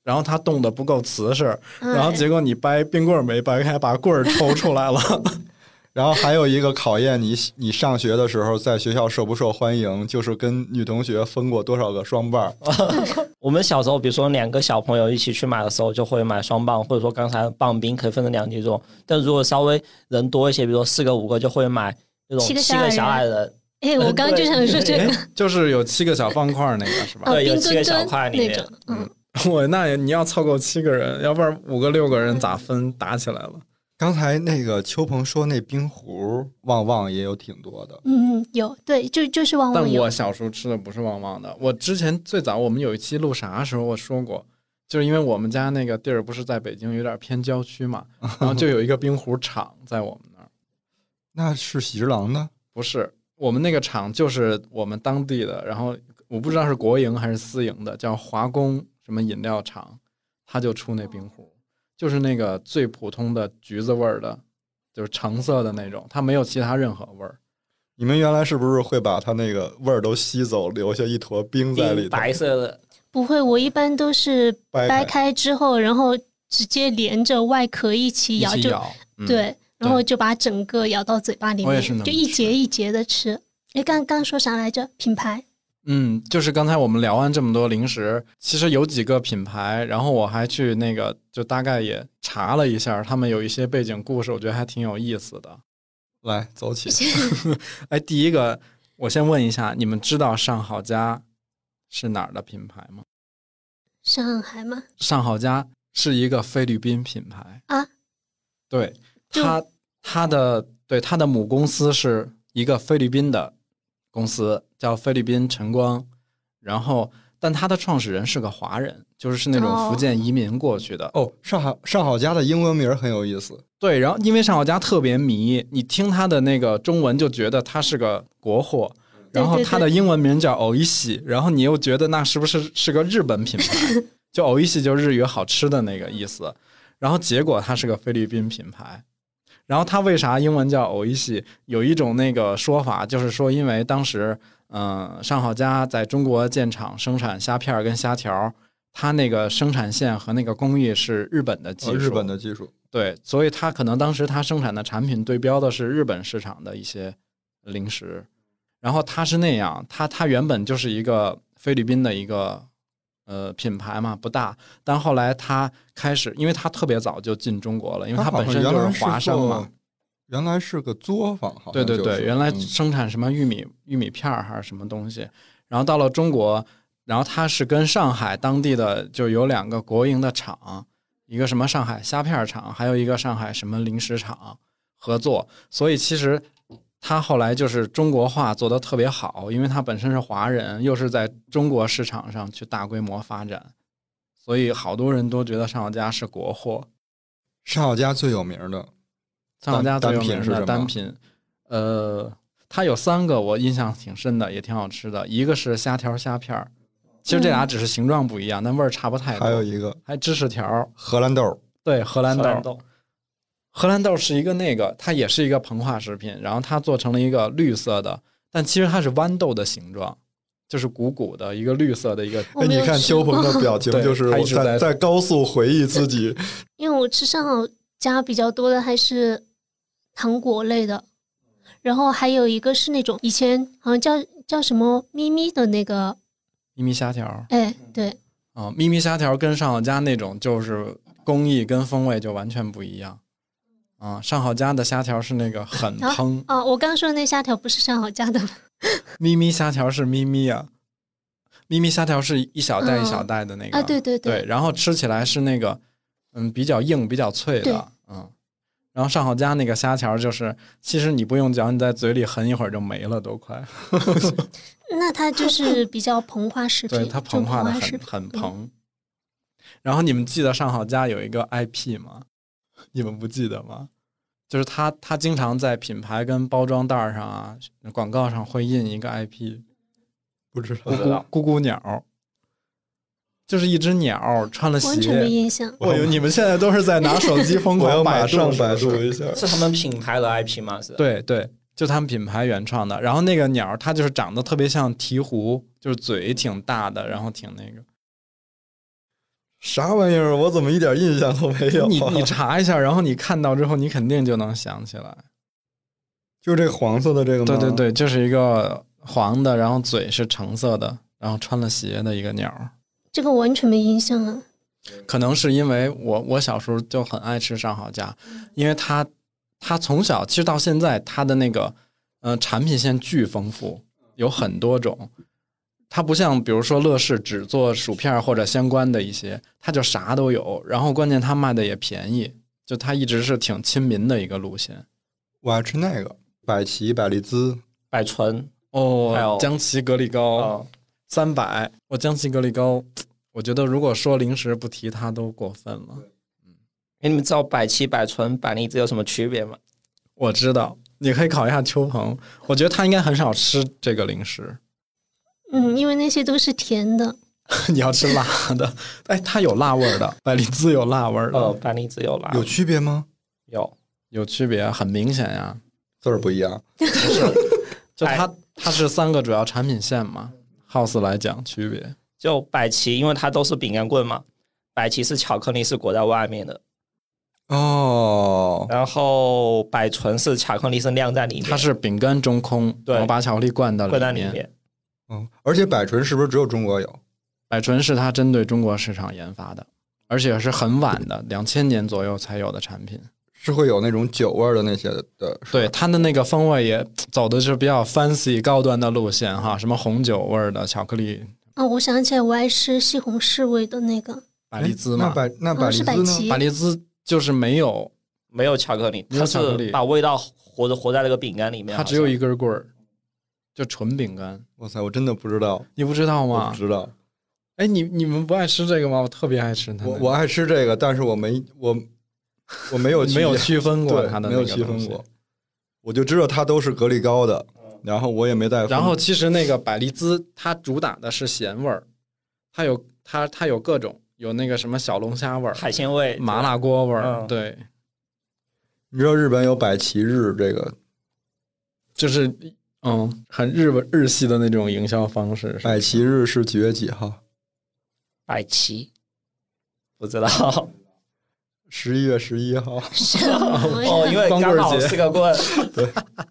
然后它冻得不够瓷实，然后结果你掰冰棍没掰开，把棍儿抽出来了。 然后还有一个考验你上学的时候在学校受不受欢迎，就是跟女同学分过多少个双棒。 我们小时候比如说2个小朋友一起去买的时候就会买双棒，或者说刚才棒冰可以分成2几种，但如果稍微人多一些，比如说4个5个就会买那种7个小矮人。 我刚刚就想说这个， 就是有7个小方块那个是吧？ 对，有7个小块里面。 那你要凑够7个人，要不然5个6个人咋分？打起来了。 刚才那个秋鹏说那冰壶旺旺也有挺多的。 有，对，就是旺旺有。 但我小时候吃的不是旺旺的，我之前最早我们有一期录啥时候我说过，就是因为我们家那个地儿不是在北京有点偏郊区嘛，然后就有一个冰壶厂在我们那儿。 那是喜之郎的？ 不是，我们那个厂就是我们当地的，然后我不知道是国营还是私营的，叫华工什么饮料厂，他就出那冰壶。就是那个最普通的橘子味儿的，就是橙色的那种，它没有其他任何味儿。 你们原来是不是会把它那个味儿都吸走，留下一坨冰在里头？ 白色的。 不会，我一般都是掰开之后，然后直接连着外壳一起咬，对，然后就把整个咬到嘴巴里面，就一节一节的吃。刚说啥来着？品牌？ 就是刚才我们聊完这么多零食，其实有几个品牌，然后我还去那个就大概也查了一下，他们有一些背景故事，我觉得还挺有意思的。 来，走起。 第一个我先问一下，你们知道上好佳是哪儿的品牌吗？ 上海吗？ 上好佳是一个菲律宾品牌啊。 对，它的母公司是一个菲律宾的公司，叫菲律宾晨光，然后但他的创始人是个华人，就是那种福建移民过去的。 上好佳的英文名很有意思。 对，然后因为上好佳特别迷，你听他的那个中文就觉得他是个国货，然后他的英文名叫偶一喜，然后你又觉得那是不是个日本品牌？就偶一喜就日语好吃的那个意思，然后结果它是个菲律宾品牌。然后它为啥英文叫偶一喜？有一种那个说法，就是说因为当时上好佳在中国建厂生产虾片跟虾条，它那个生产线和那个工艺是日本的技术， 日本的技术。 对，所以它可能当时它生产的产品对标的是日本市场的一些零食。然后它是那样，它原本就是一个菲律宾的一个品牌嘛，不大，但后来它开始，因为它特别早就进中国了，因为它本身就是华商嘛。 原来是个作坊，好像对对对，原来生产什么玉米片还是什么东西，然后到了中国，然后它是跟上海当地的就有2个国营的厂，一个什么上海虾片厂，还有一个上海什么零食厂合作，所以其实他后来就是中国化做得特别好，因为他本身是华人，又是在中国市场上去大规模发展，所以好多人都觉得上好佳是国货。 上好佳最有名的， 上好佳最有名的单品，它有3个我印象挺深的，也挺好吃的。一个是虾条虾片，其实这俩只是形状不一样，但味儿差不太多。 还有一个还芝士条， 荷兰豆。 对，荷兰豆是一个那个，它也是一个膨化食品，然后它做成了一个绿色的，但其实它是豌豆的形状，就是鼓鼓的一个绿色的一个。 你看秋鹏的表情，就是在高速回忆自己。 因为我吃上好佳比较多的还是糖果类的，然后还有一个是那种以前好像叫什么咪咪的那个咪咪虾条。 对。 咪咪虾条跟上好佳那种就是工艺跟风味就完全不一样。上好佳的虾条是那个很蓬。 我刚刚说的那虾条不是上好佳的吗？ 咪咪虾条是咪咪啊，咪咪虾条是一小袋一小袋的那个。对，然后吃起来是那个比较硬比较脆的。然后上好佳那个虾条就是其实你不用嚼，你在嘴里含一会儿就没了都快。 那它就是比较膨化食品。 对，它膨化的很膨。然后你们记得上好佳有一个 IP 吗？你们不记得吗？就是他经常在品牌跟包装袋上啊广告上会印一个 IP。 不知道。 咕咕鸟，就是一只鸟穿了鞋。 完全没印象。 你们现在都是在拿手机疯狂百度。 我要马上百度一下。 是他们品牌的 IP 吗？是。 对对，就他们品牌原创的。然后那个鸟它就是长得特别像鹈鹕，就是嘴挺大的，然后挺那个。 啥玩意儿？我怎么一点印象都没有？ 你查一下，然后你看到之后，你肯定就能想起来。 就是这个黄色的这个吗？ 对对对，就是一个黄的，然后嘴是橙色的，然后穿了鞋的一个鸟。 这个完全没印象啊。 可能是因为我小时候就很爱吃上好佳，因为他从小其实到现在他的那个产品线巨丰富，有很多种。它不像比如说乐事只做薯片或者相关的一些，它就啥都有，然后关键它卖的也便宜，就它一直是挺亲民的一个路线。 我爱吃那个百奇、百利滋、 百醇还有哦， 江崎格力糕300。我江崎格力糕，我觉得如果说零食不提它都过分了。 你们知道百奇、百醇、百利滋有什么区别吗？ 我知道，你可以考一下秋鹏，我觉得他应该很少吃这个零食。 因为那些都是甜的。 你要吃辣的，哎，它有辣味的，百利滋有辣味的。 百利滋有辣， 有区别吗？ 有区别，很明显呀。 字儿不一样。 就它是3个主要产品线嘛，House 来讲区别。 就百奇，因为它都是饼干棍嘛，百奇是巧克力是裹在外面的。 哦， 然后百醇是巧克力是晾在里面， 它是饼干中空， 对， 然后把巧克力灌到里面。 而且百醇是不是只有中国有？ 百醇是它针对中国市场研发的，而且是很晚的，2000年左右才有的产品。 是会有那种酒味的那些的， 对，它的那个风味也走的是比较 fancy 高端的路线哈，什么红酒味的巧克力。 我想起来，我爱吃西红柿味的那个百利滋嘛。 那百利滋呢？ 百利滋就是没有巧克力，它是把味道活在那个饼干里面， 它只有一根棍儿，就纯饼干。 哇塞，我真的不知道。 你不知道吗？ 我不知道。 哎，你们不爱吃这个吗？我特别爱吃它。 我爱吃这个，但是我没有没有区分过它的， 没有区分过。我就知道它都是格力高的，然后我也没带。 然后其实那个百利滋它主打的是咸味儿，它有各种，有那个什么小龙虾味儿、 海鲜味、 麻辣锅味儿。对， 你知道日本有百奇日这个， 就是很日系的那种营销方式。 百奇日是几月几号？ 百奇不知道。 11月11号。 因为刚好是个棍。 对。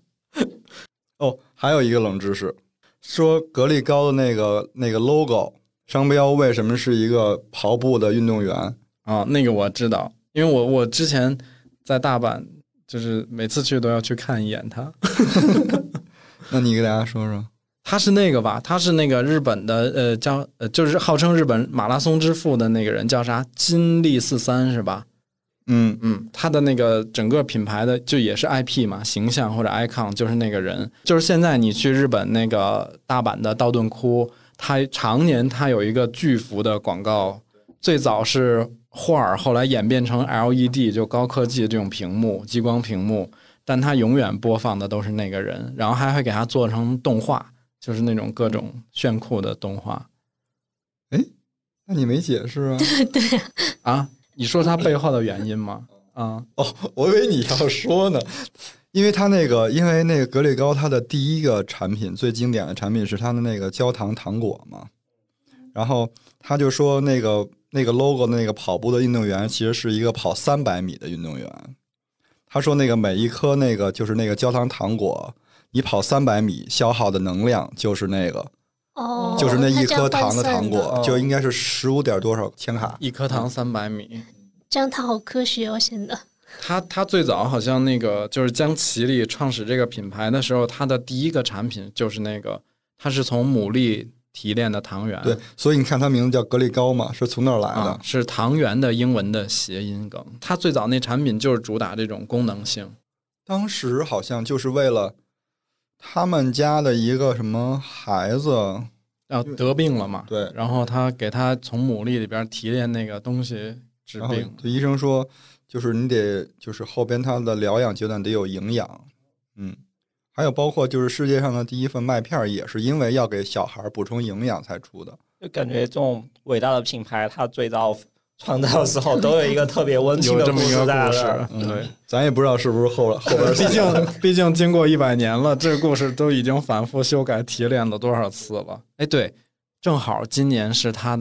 还有一个冷知识，说格力高的那个 logo 商标为什么是一个跑步的运动员那个我知道，因为我之前在大阪，就是每次去都要去看一眼它。 那你给大家说说。 他是那个吧？他是那个日本的就是号称日本马拉松之父的那个人，叫啥？金立43是吧？他的那个整个品牌的就也是 IP 嘛，形象或者 icon 就是那个人。就是现在你去日本那个大阪的道顿窟，他常年他有一个巨幅的广告，最早是画，后来演变成 LED 就高科技的这种屏幕，激光屏幕，但他永远播放的都是那个人，然后还会给他做成动画。就是那种各种炫酷的动画。 那你没解释啊？ 对啊，你说它背后的原因吗？ 我以为你要说呢，因为那个格力高它的第一个产品最经典的产品是它的那个焦糖糖果嘛，然后他就说那个 logo 的那个跑步的运动员其实是一个跑300米的运动员，他说那个每一颗那个就是那个焦糖糖果。你跑300米消耗的能量就是那个，就是那一颗糖的糖果，就应该是15点多少千卡， 一颗糖300米。 这样它好科学哦，显得。 他最早好像那个就是江崎力创始这个品牌的时候，他的第一个产品就是那个，他是从牡蛎提炼的糖原。 对，所以你看它名字叫格力高嘛，是从那儿来的， 是糖原的英文的谐音梗。他最早那产品就是主打这种功能性。 当时好像就是为了。他们家的一个什么孩子得病了嘛？ 对， 然后他给他从牡蛎里边提炼那个东西治病。 医生说，就是你得，就是后边他的疗养阶段得有营养。还有包括就是世界上的第一份麦片也是因为要给小孩补充营养才出的。 就感觉这种伟大的品牌，它最早创造的时候都有一个特别温馨的故事在的。 对， 咱也不知道是不是后边， 毕竟经过100年了，这个故事都已经反复修改提炼了多少次了。对，正好今年是他的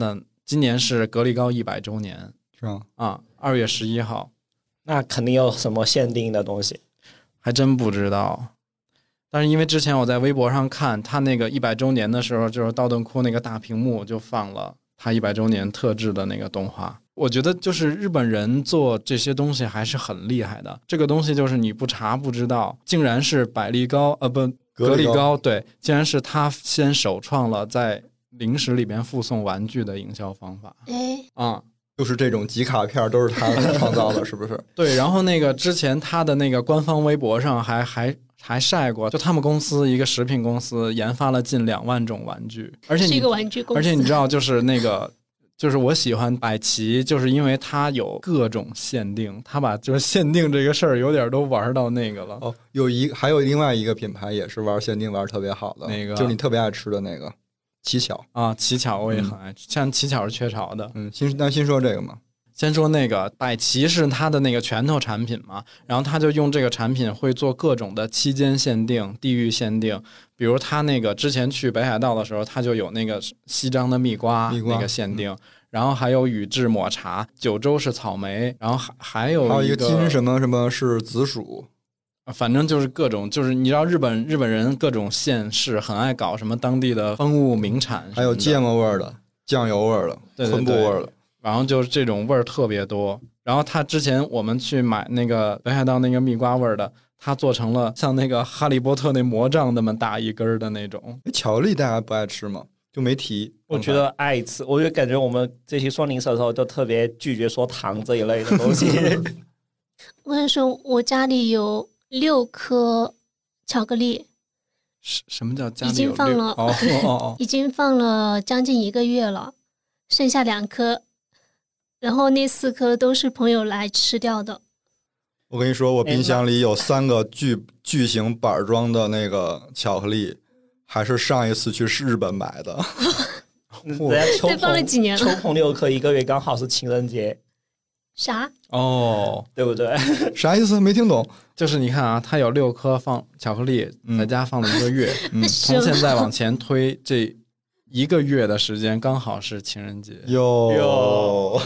今年是格力高100周年， 是吧？ 啊，2月11号。 那肯定有什么限定的东西， 还真不知道。但是因为之前我在微博上看他那个100周年的时候，就是道顿窟那个大屏幕就放了他100周年特制的那个动画。我觉得就是日本人做这些东西还是很厉害的。这个东西就是你不查不知道，竟然是格力高，对，竟然是他先首创了在零食里边附送玩具的营销方法。 就是这种集卡片都是他创造的，是不是？ 对，然后那个之前他的那个官方微博上还晒过，就他们公司一个食品公司研发了近2万种玩具，而且是一个玩具公司。 而且你知道，就是那个，就是我喜欢百奇，就是因为它有各种限定，他把就是限定这个事儿有点都玩到那个了。 哦，还有另外一个品牌也是玩限定玩特别好的， 那个就是你特别爱吃的那个奇巧啊，奇巧我也很爱吃，像奇巧是雀巢的。 先说这个嘛。 先说那个百奇是它的那个拳头产品嘛，然后他就用这个产品会做各种的期间限定、地域限定，比如他那个之前去北海道的时候，他就有那个西张的蜜瓜那个限定，然后还有宇治抹茶，九州是草莓，然后还有一个金什么什么是紫薯， 反正就是各种，就是你知道日本人各种县市很爱搞什么当地的风物名产， 还有芥末味儿的、酱油味儿的、昆布味儿的。 然后就是这种味儿特别多，然后他之前我们去买那个北海道那个蜜瓜味儿的，他做成了像那个哈利波特那魔杖那么大一根的那种。 巧克力大家不爱吃吗？就没提。 我觉得爱吃，我就感觉我们这期说零食的时候就特别拒绝说糖这一类的东西。 我跟你说，我家里有6颗巧克力。 什么叫家里有6？ 已经放了已经放了将近1个月了，剩下2颗。然后那4颗都是朋友来吃掉的。 我跟你说，我冰箱里有3个巨型板装的那个巧克力，还是上一次去日本买的。 这放了几年了？ 秋鹏6颗，1个月刚好是情人节。 啥？ 哦， 对不对？ 啥意思？没听懂。 就是你看啊，它有6颗放巧克力，在家放了1个月，从现在往前推这1个月的时间刚好是情人节。 哟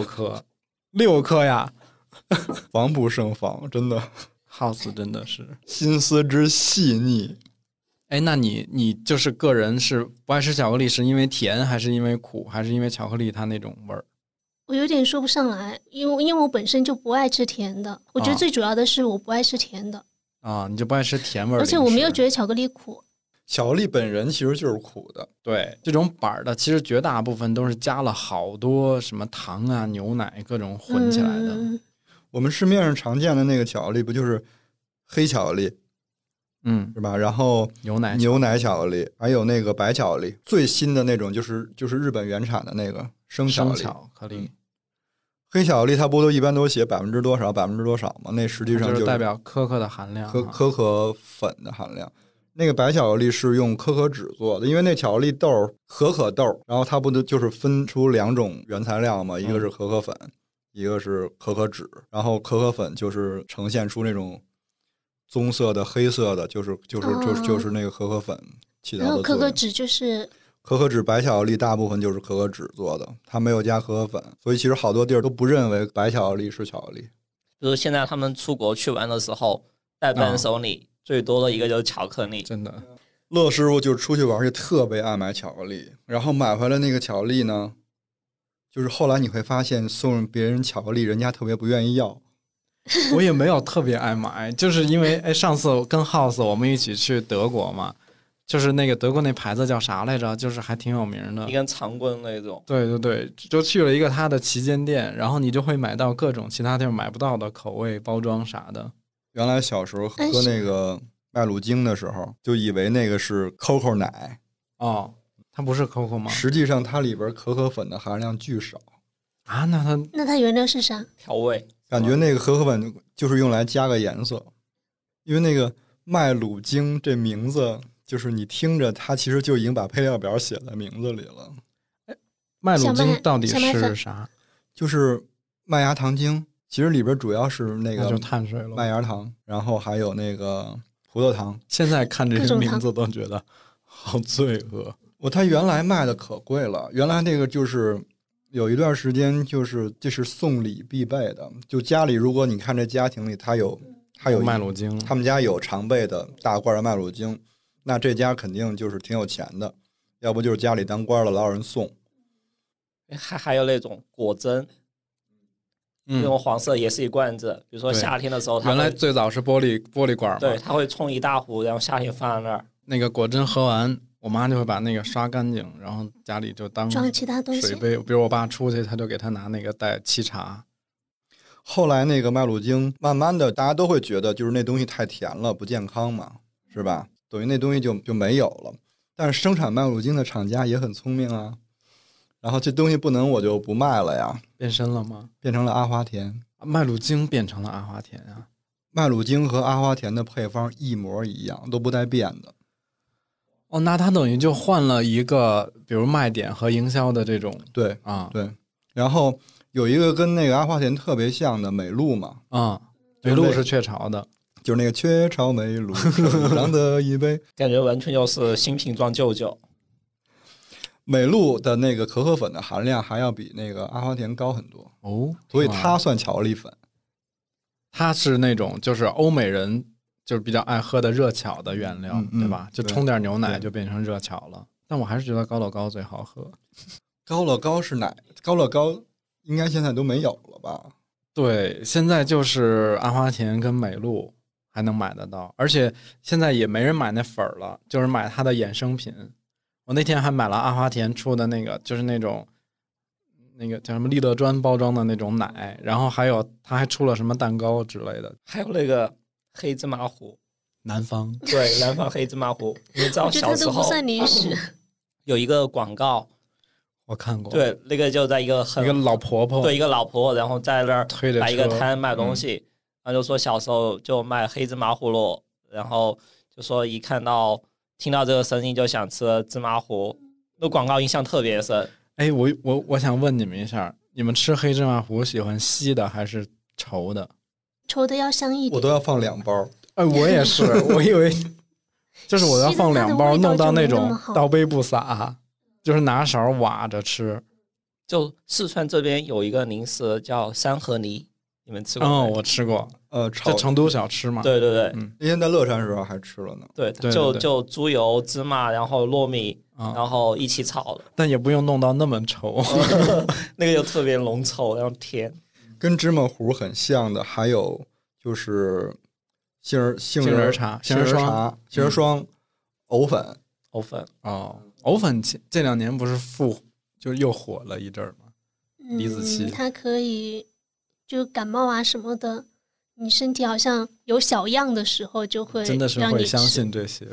，6颗呀， 防不胜防，真的。 House 真的是心思之细腻。 哎，那你就是个人是不爱吃巧克力，是因为甜，还是因为苦，还是因为巧克力它那种味儿？ 我有点说不上来，因为我本身就不爱吃甜的。我觉得最主要的是我不爱吃甜的。 你就不爱吃甜味儿， 而且我没有觉得巧克力苦。 巧克力本人其实就是苦的。 对，这种板的其实绝大部分都是加了好多什么糖啊、牛奶各种混起来的。 我们市面上常见的那个巧克力不就是黑巧克力，是吧？然后牛奶巧克力，还有那个白巧克力，最新的那种就是日本原产的那个生巧克力。黑巧克力它不都一般都写多少多少吗？那实际上就是代表可可的含量， 可可粉的含量。那个白巧克力是用可可脂做的，因为那巧克力豆可可豆，然后它不就是分出2种原材料吗？一个是可可粉，一个是可可脂，然后可可粉就是呈现出那种棕色的、黑色的，就是那个可可粉起到的作用。然后可可脂就是可可脂，白巧克力大部分就是可可脂做的，它没有加可可粉，所以其实好多地儿都不认为白巧克力是巧克力。 比如现在他们出国去玩的时候，带伴手礼最多的一个就是巧克力。 真的， 乐师傅就出去玩就特别爱买巧克力，然后买回来那个巧克力呢，就是后来你会发现送别人巧克力，人家特别不愿意要。 我也没有特别爱买，就是因为上次跟 House 我们一起去德国嘛，就是那个德国那牌子叫啥来着，就是还挺有名的， 一根长棍那种。 对对对，就去了一个他的旗舰店，然后你就会买到各种其他地方买不到的口味、包装啥的。 原来小时候喝那个麦乳精的时候，就以为那个是 COCO 奶。 它不是 COCO 吗？ 实际上它里边可可粉的含量巨少啊。 那它原料是啥？ 调味。 感觉那个可可粉就是用来加个颜色，因为那个麦乳精这名字就是你听着它其实就已经把配料表写在名字里了。 麦乳精到底是啥？ 就是麦芽糖精，其实里边主要是那个就碳水了， 麦芽糖，然后还有那个葡萄糖。 现在看这些名字都觉得好罪恶。 它原来卖的可贵了，原来那个就是有一段时间就是这是送礼必备的，就家里如果你看这家庭里他有麦乳精， 他们家有常备的大罐的麦乳精，那这家肯定就是挺有钱的，要不就是家里当官的老有人送。 还有那种果针，那种黄色也是一罐子，比如说夏天的时候原来最早是玻璃罐嘛， 对，它会冲一大壶，然后夏天放在那儿。 那个果针喝完，我妈就会把那个刷干净，然后家里就当装其他东西水杯，比如我爸出去，他就给他拿那个带沏茶。 后来那个麦乳精慢慢的大家都会觉得就是那东西太甜了，不健康嘛，是吧？等于那东西就没有了。但是生产麦乳精的厂家也很聪明啊，然后这东西不能我就不卖了呀， 变身了吗？ 变成了阿华田。 麦乳精变成了阿华田啊！ 麦乳精和阿华田的配方一模一样，都不带变的。 哦，那它等于就换了一个，比如卖点和营销的这种。 对啊， 对。然后有一个跟那个阿华田特别像的美露嘛， 美露是雀巢的， 就是那个雀巢美露手上的一杯， 感觉完全就是新瓶装旧酒。 美露的那个可可粉的含量还要比那个阿华田高很多哦， 所以它算巧克力粉。 它是那种就是欧美人就是比较爱喝的热巧的原料，对吧？就冲点牛奶就变成热巧了。但我还是觉得高乐高最好喝。 高乐高是奶，高乐高应该现在都没有了吧？ 对，现在就是阿华田跟美露还能买得到，而且现在也没人买那粉了，就是买它的衍生品。我那天还买了阿华田出的那个，就是那种那个叫什么利乐砖包装的那种奶，然后还有它还出了什么蛋糕之类的， 还有那个黑芝麻糊， 南方， 对，南方黑芝麻糊，你知道小时候我觉得它都不算零食。 有一个广告， 我看过， 对，那个就在一个老婆婆， 对，一个老婆婆，然后在那儿推着摆一个摊卖东西，然后就说小时候就卖黑芝麻糊噜，然后就说一听到这个声音就想吃芝麻糊，那广告印象特别深。 哎，我想问你们一下，你们吃黑芝麻糊喜欢稀的还是稠的？ 稠的要香一点。 我都要放2包。 哎，我也是，我以为就是我要放2包，弄到那种倒杯不洒，就是拿勺挖着吃。 就四川这边有一个零食叫山河泥，你们吃过吗？我吃过。这成都小吃嘛。 对对对， 那天在乐山时候还吃了呢。 对，就猪油、芝麻，然后糯米，然后一起炒的。 但也不用弄到那么稠， 那个就特别浓稠，然后甜。 跟芝麻糊很像的还有就是杏仁茶、 杏仁霜、藕粉。 藕粉这2年不是就又火了一阵儿吗？李子柒， 它可以就感冒啊什么的，你身体好像有小恙的时候就会真的是会相信这些。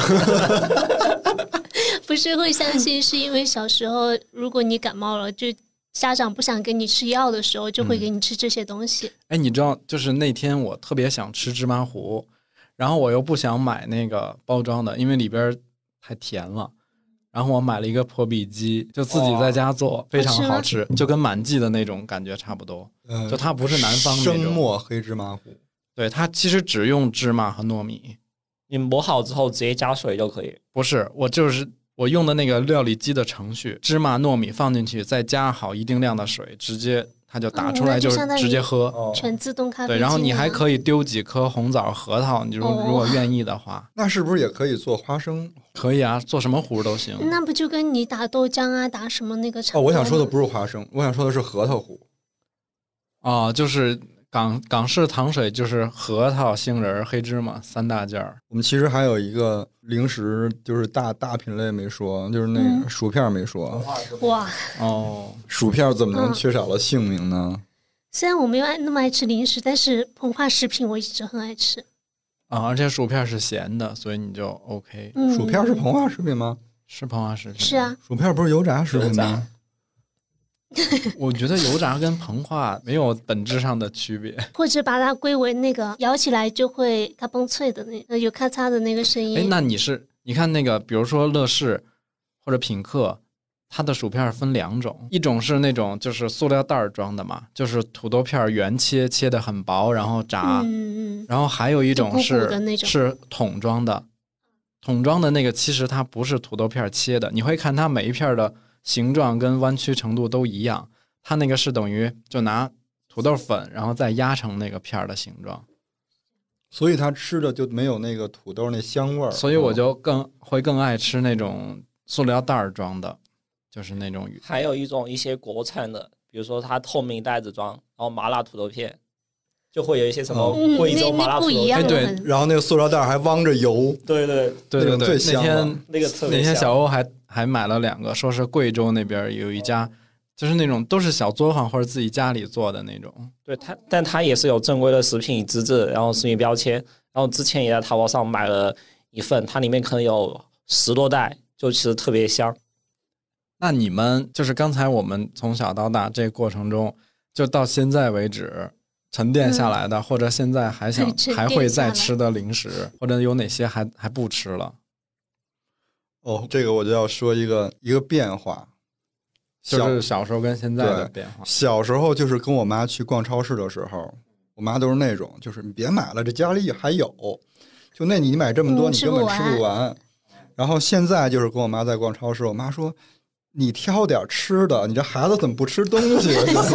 不是会相信，是因为小时候如果你感冒了，就家长不想给你吃药的时候，就会给你吃这些东西。 哎，你知道，就是那天我特别想吃芝麻糊，然后我又不想买那个包装的，因为里边太甜了。然后我买了一个破壁鸡，就自己在家做，非常好吃，就跟满记的那种感觉差不多。就它不是南方那种生磨黑芝麻糊， 对，它其实只用芝麻和糯米， 你磨好之后直接加水就可以。 不是，我用的那个料理机的程序，芝麻糯米放进去，再加好一定量的水，直接它就打出来，就直接喝， 全自动咖啡机。 对，然后你还可以丢几颗红枣、核桃，你如果愿意的话， 那是不是也可以做花生？ 可以啊，做什么糊都行。 那不就跟你打豆浆啊，打什么那个差不多吗？ 我想说的不是花生，我想说的是核桃糊。 就是港式糖水，就是核桃、杏仁、黑芝麻3大件儿。 我们其实还有一个零食，就是大品类没说，就是那个薯片没说。 哇薯片怎么能缺少了姓名呢？ 虽然我没有那么爱吃零食，但是膨化食品我一直很爱吃。 而且薯片是咸的，所以你就 OK。 薯片是膨化食品吗？ 是膨化食品。 是啊。 薯片不是油炸食品吗？ 我觉得油炸跟膨化没有本质上的区别， 或者把它归为那个咬起来就会咔嘣脆的有咔嚓的那个声音。 那你看那个，比如说乐事或者品客，它的薯片分2种，一种是那种就是塑料袋装的嘛，就是土豆片原切得很薄，然后炸，然后还有一种是桶装的，桶装的那个其实它不是土豆片切的，你会看它每一片的形状跟弯曲程度都一样，它那个是等于就拿土豆粉然后再压成那个片儿的形状， 所以它吃的就没有那个土豆那香味儿。 所以我就更爱吃那种塑料袋装的，就是那种。 还有一些国产的，比如说它透明袋子装，然后麻辣土豆片，就会有一些什么贵州麻辣土豆片， 对， 然后那个塑料袋还汪着油， 对， 最香了。 那天小欧还买了2个，说是贵州那边有一家，就是那种都是小作坊或者自己家里做的那种。 对，但它也是有正规的食品资质，然后食品标签。然后之前也在淘宝上买了一份，它里面可能有10多袋，就其实特别香。 那你们就是刚才我们从小到大这个过程中，就到现在为止沉淀下来的，或者现在还会再吃的零食，或者有哪些还不吃了？ 哦，这个我就要说一个变化， 就是小时候跟现在的变化。 小时候就是跟我妈去逛超市的时候，我妈都是那种，就是你别买了，这家里还有，就那你买这么多，你根本吃不完。然后现在就是跟我妈在逛超市，我妈说你挑点吃的，你这孩子怎么不吃东西？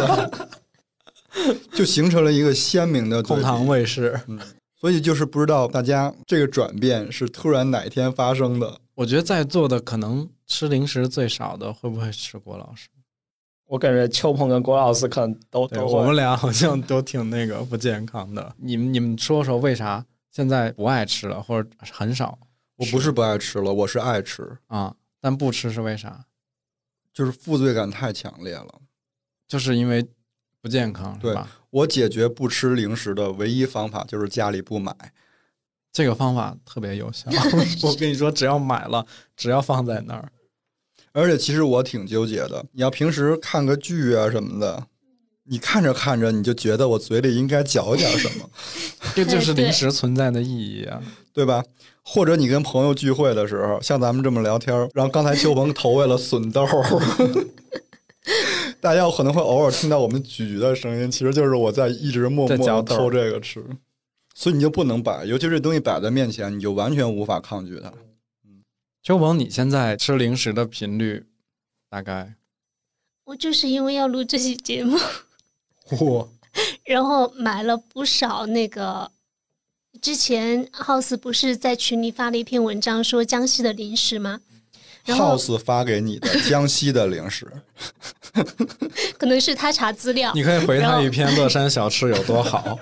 就形成了一个鲜明的空堂卫视。 所以就是不知道大家这个转变是突然哪天发生的。 我觉得在座的可能吃零食最少的会不会是郭老师？ 我感觉秋鹏跟郭老师可能都会。 我们俩好像都挺那个不健康的。你们说说为啥现在不爱吃了，或者很少？ 我不是不爱吃了，我是爱吃啊，但不吃是为啥？ 就是负罪感太强烈了， 就是因为不健康，是吧？ 我解决不吃零食的唯一方法就是家里不买， 这个方法特别有效。我跟你说，只要买了，只要放在那儿。 而且其实我挺纠结的，你要平时看个剧啊什么的，你看着看着你就觉得我嘴里应该嚼点什么， 这就是零食存在的意义啊， 对吧？或者你跟朋友聚会的时候，像咱们这么聊天，然后刚才秋鹏投喂了笋豆。大家可能会偶尔听到我们咀嚼的声音，其实就是我在一直默默地偷这个吃，所以你就不能摆，尤其是这东西摆在面前，你就完全无法抗拒它。 秋鹏，你现在吃零食的频率大概？ 我就是因为要录这期节目，然后买了不少那个。之前 House 不是在群里发了一篇文章说江西的零食吗 ？House 发给你的江西的零食， 可能是他查资料。 你可以回他一篇乐山小吃有多好。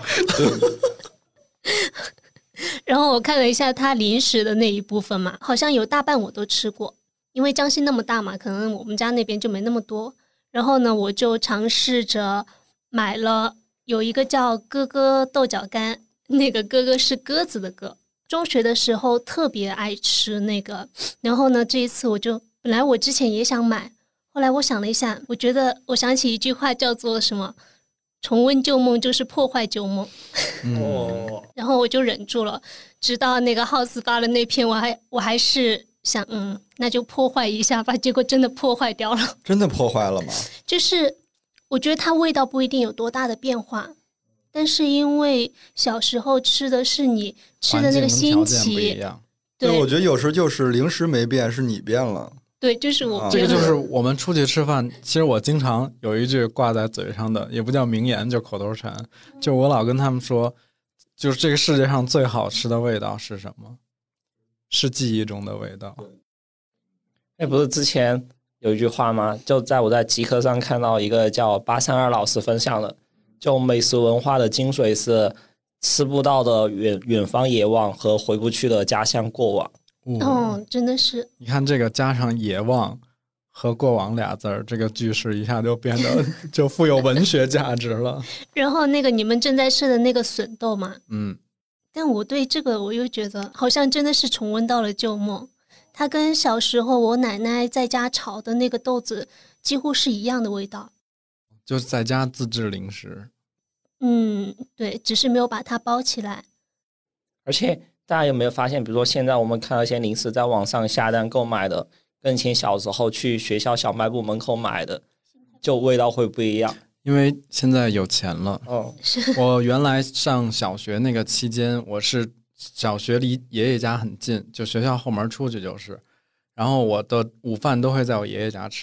然后我看了一下他零食的那一部分嘛，好像有大半我都吃过，因为江西那么大嘛，可能我们家那边就没那么多。然后呢，我就尝试着买了有一个叫哥哥豆角干，那个哥哥是鸽子的鸽。中学的时候特别爱吃那个，然后呢，这一次本来我之前也想买，后来我想了一下，我想起一句话叫做什么，重温旧梦就是破坏旧梦。然后我就忍住了，直到那个 House 发了那篇，我还是想那就破坏一下吧，结果真的破坏掉了。 真的破坏了吗？就是我觉得它味道不一定有多大的变化，但是因为小时候吃的是你吃的那个新奇， 对，我觉得有时就是零食没变，是你变了。 对，就是我。 这个就是我们出去吃饭，其实我经常有一句挂在嘴上的，也不叫名言，就口头禅，就我老跟他们说，就是这个世界上最好吃的味道是什么？是记忆中的味道。 不是之前有一句话吗？就我在极客上看到一个叫832老师分享的，就美食文化的精髓是吃不到的远方野望和回不去的家乡过往。 真的是。 你看这个加上野望和过往俩字儿，这个句式一下就变得就富有文学价值了。 然后那个你们正在吃的那个笋豆嘛，但我对这个我又觉得好像真的是重温到了旧梦，它跟小时候我奶奶在家炒的那个豆子几乎是一样的味道， 就是在家自制零食。 对，只是没有把它包起来。 而且大家有没有发现，比如说现在我们看到一些零食在网上下单购买的，跟以前小时候去学校小卖部门口买的，就味道会不一样。 因为现在有钱了。我原来上小学那个期间，我是小学离爷爷家很近，就学校后门出去就是，然后我的午饭都会在我爷爷家吃，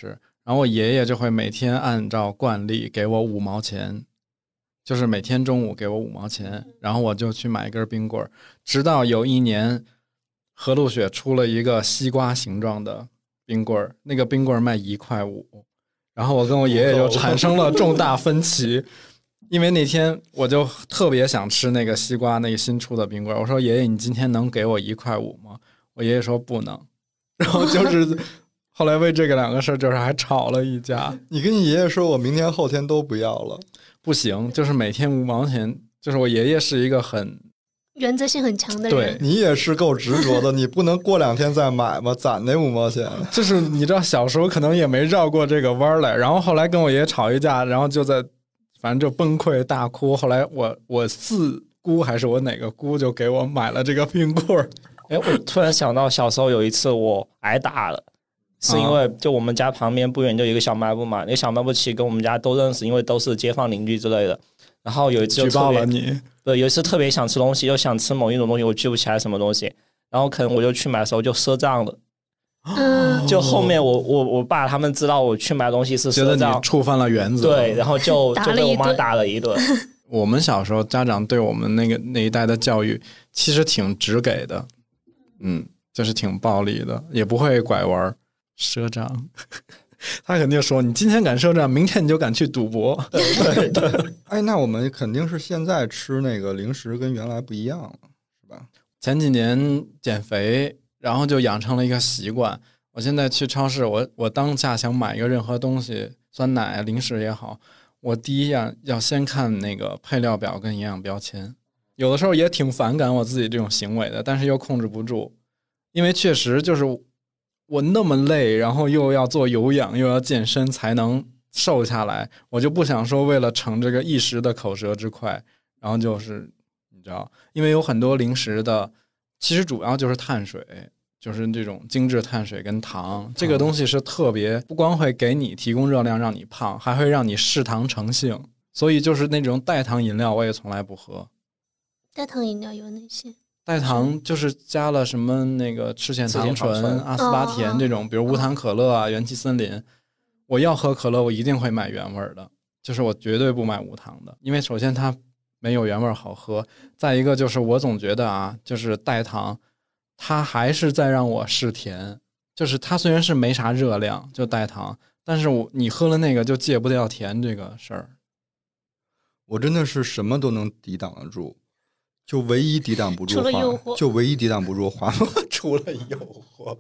然后我爷爷就会每天按照惯例给我5毛钱，就是每天中午给我5毛钱，然后我就去买一根冰棍儿。直到有一年和路雪出了一个西瓜形状的冰棍儿，那个冰棍儿卖1.5块，然后我跟我爷爷就产生了重大分歧。因为那天我就特别想吃那个西瓜那个新出的冰棍，我说爷爷你今天能给我1.5块吗？我爷爷说不能，然后就是后来为这个2个事就是还吵了一架。 你跟你爷爷说我明天后天都不要了？ 不行，就是每天5毛钱，就是我爷爷是一个很原则性很强的人。 对， 你也是够执着的，你不能过2天再买吗？攒那5毛钱。 就是你知道小时候可能也没绕过这个弯来，然后后来跟我爷爷吵一架，然后就在反正就崩溃大哭。后来我4姑还是我哪个姑就给我买了这个冰棍儿。 哎，我突然想到小时候有一次我挨打了，是因为就我们家旁边不远就有一个小卖部嘛，那个小卖部其实跟我们家都认识，因为都是街坊邻居之类的。然后有一次就举报了你。 对，有一次特别想吃东西，又想吃某一种东西，我记不起来什么东西，然后可能我就去买的时候就赊账了。就后面我爸他们知道我去买东西是赊账， 觉得你触犯了原则。 对，然后就被我妈打了一顿。 我们小时候家长对我们那一代的教育其实挺直给的，就是挺暴力的，也不会拐弯赊账。他肯定说你今天敢赊账，明天你就敢去赌博。 对对。 哎，那我们肯定是现在吃那个零食跟原来不一样了，是吧？ 前几年减肥，然后就养成了一个习惯。我现在去超市，我当下想买一个任何东西，酸奶、零食也好，我第一样要先看那个配料表跟营养标签。有的时候也挺反感我自己这种行为的，但是又控制不住，因为确实就是我那么累，然后又要做有氧又要健身才能瘦下来，我就不想说为了逞这个一时的口舌之快，然后就是你知道，因为有很多零食的其实主要就是碳水，就是这种精致碳水跟糖，这个东西是特别不光会给你提供热量让你胖，还会让你嗜糖成性，所以就是那种代糖饮料我也从来不喝。 代糖饮料有哪些？ 代糖就是加了什么那个赤藓糖醇、阿斯巴甜这种，比如无糖可乐啊、元气森林。我要喝可乐，我一定会买原味的，就是我绝对不买无糖的，因为首先它没有原味好喝，再一个就是我总觉得啊，就是代糖它还是在让我嗜甜，就是它虽然是没啥热量，就代糖，但是你喝了那个就戒不掉甜这个事儿。 我真的是什么都能抵挡得住。就唯一抵挡不住除了诱惑， 就唯一抵挡不住花，除了诱惑。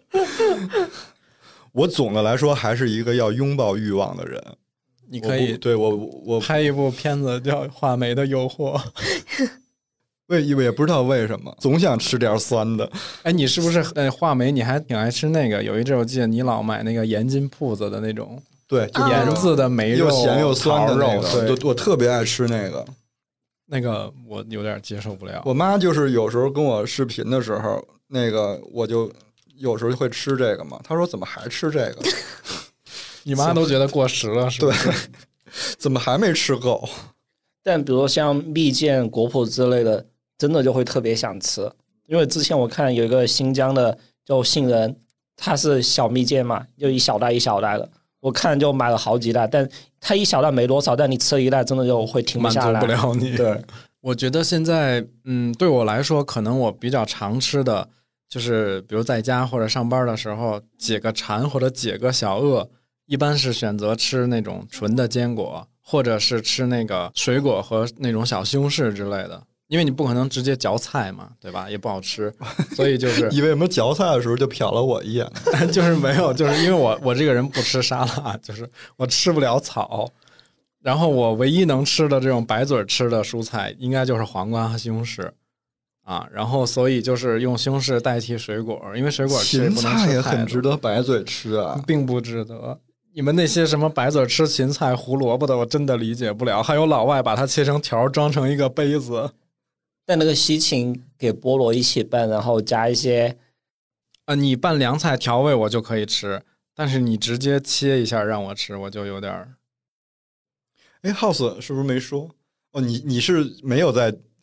我总的来说还是一个要拥抱欲望的人。 你可以对我拍一部片子叫《画眉的诱惑》。 也不知道为什么总想吃点酸的。 哎，你是不是画眉你还挺爱吃那个？有一阵我记得你老买那个盐津铺子的那种， 对，就盐渍的梅肉， 又咸又酸的那个， 我特别爱吃那个。 那个我有点接受不了。 我妈就是有时候跟我视频的时候，那个我就有时候会吃这个嘛。她说怎么还吃这个？ 你妈都觉得过时了，是吧？ 对，怎么还没吃够？ 但比如像蜜饯、果脯之类的，真的就会特别想吃。因为之前我看有一个新疆的就杏仁，它是小蜜饯嘛，就一小袋一小袋的。我看就买了好几袋，但它一小袋没多少，但你吃了一袋真的就会停不下来， 满足不了你。 对， 我觉得现在对我来说，可能我比较常吃的就是比如在家或者上班的时候解个馋或者解个小饿，一般是选择吃那种纯的坚果，或者是吃那个水果和那种小西红柿之类的，因为你不可能直接嚼菜嘛，对吧？也不好吃，所以就是以为什么嚼菜的时候就瞟了我一眼。 就是没有，就是因为我这个人不吃沙拉，就是我吃不了草，然后我唯一能吃的这种白嘴吃的蔬菜应该就是黄瓜和西红柿啊，然后所以就是用西红柿代替水果，因为水果吃不能吃太多。 芹菜也很值得白嘴吃啊。 并不值得。你们那些什么白嘴吃芹菜胡萝卜的我真的理解不了，还有老外把它切成条装成一个杯子。 但那个西芹给菠萝一起拌，然后加一些你拌凉菜调味我就可以吃，但是你直接切一下让我吃我就有点。 哎 ，House 是不是没说？哦，你是没有在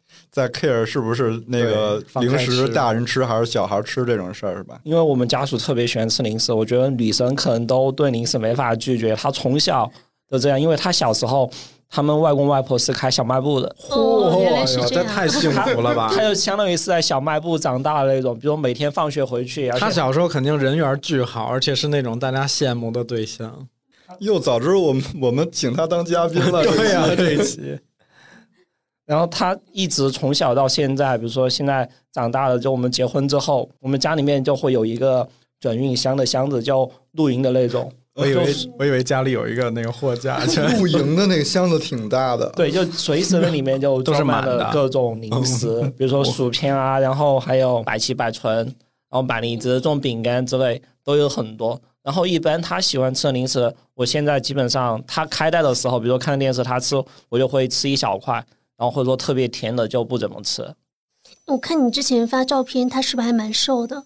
在 care 是不是那个零食大人吃还是小孩吃这种事儿，是吧？ 因为我们家属特别喜欢吃零食，我觉得女生可能都对零食没法拒绝。她从小就这样，因为她小时候他们外公外婆是开小卖部的。 原来是这样， 这太幸福了吧！ 他就相当于是在小卖部长大的那种，比如每天放学回去。 他小时候肯定人缘巨好，而且是那种大家羡慕的对象。 又早知我们请他当嘉宾了。 对呀，这一期。 然后他一直从小到现在，比如说现在长大了，就我们结婚之后，我们家里面就会有一个转运箱的箱子，叫露营的那种。 我以为家里有一个那个货架， 露营的那个箱子挺大的。 对，就随时那里面就装满了各种零食，比如说薯片啊，然后还有百奇百醇，然后板栗子这种饼干之类都有很多。然后一般他喜欢吃的零食，我现在基本上他开袋的时候，比如说看电视他吃，我就会吃一小块。然后或者说特别甜的就不怎么吃。 我看你之前发照片，他是不是还蛮瘦的？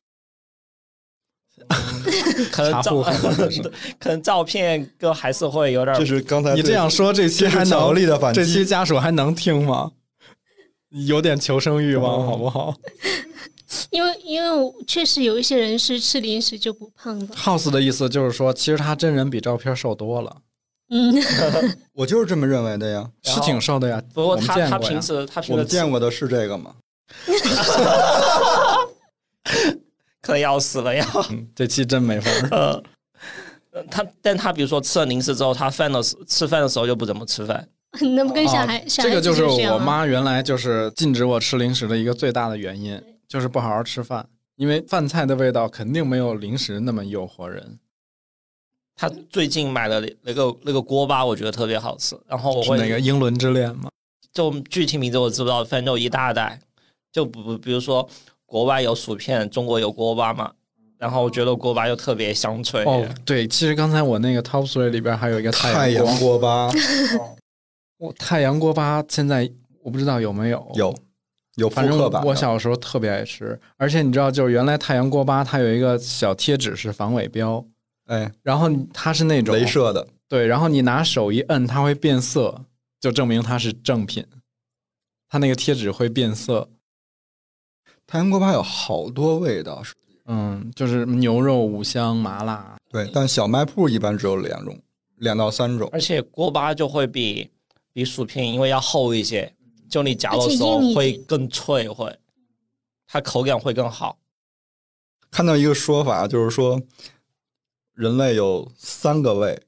可能照片ก็还是会有点。 就是刚才你这样说，这期还能这期家属还能听吗？有点求生欲望，好不好？ 因为确实有一些人是吃零食就不胖的。 House 的意思就是说，其实他真人比照片瘦多了。 我就是这么认为的呀， 是挺瘦的呀。 不过他平时我们见过的是这个吗？ 可要死了呀！ 这期真没法。 但他比如说吃了零食之后，他吃饭的时候就不怎么吃饭。 那不跟小孩这个就是我妈原来就是禁止我吃零食的一个最大的原因，就是不好好吃饭，因为饭菜的味道肯定没有零食那么诱惑人。 他最近买了那个锅巴，我觉得特别好吃。然后我会是那个英伦之恋吗？ 就具体名字我知不知道，反正就一大袋。就比如说国外有薯片，中国有锅巴嘛。然后我觉得锅巴又特别香脆。 哦，对，其实刚才我那个 Top 3里边还有一个太阳锅巴。 太阳锅巴现在我不知道有没有。 有复刻版。 我小时候特别爱吃，而且你知道，就是原来太阳锅巴它有一个小贴纸是防伪标。 哎， 然后它是那种镭射的， 对，然后你拿手一摁，它会变色，就证明它是正品。它那个贴纸会变色。 太阳锅巴有好多味道， 就是牛肉、五香、麻辣。 对，但小卖铺一般只有2到3种， 而且锅巴就会比薯片因为要厚一些，就你嚼的时候会更脆，它口感会更好。 看到一个说法，就是说人类有3个胃，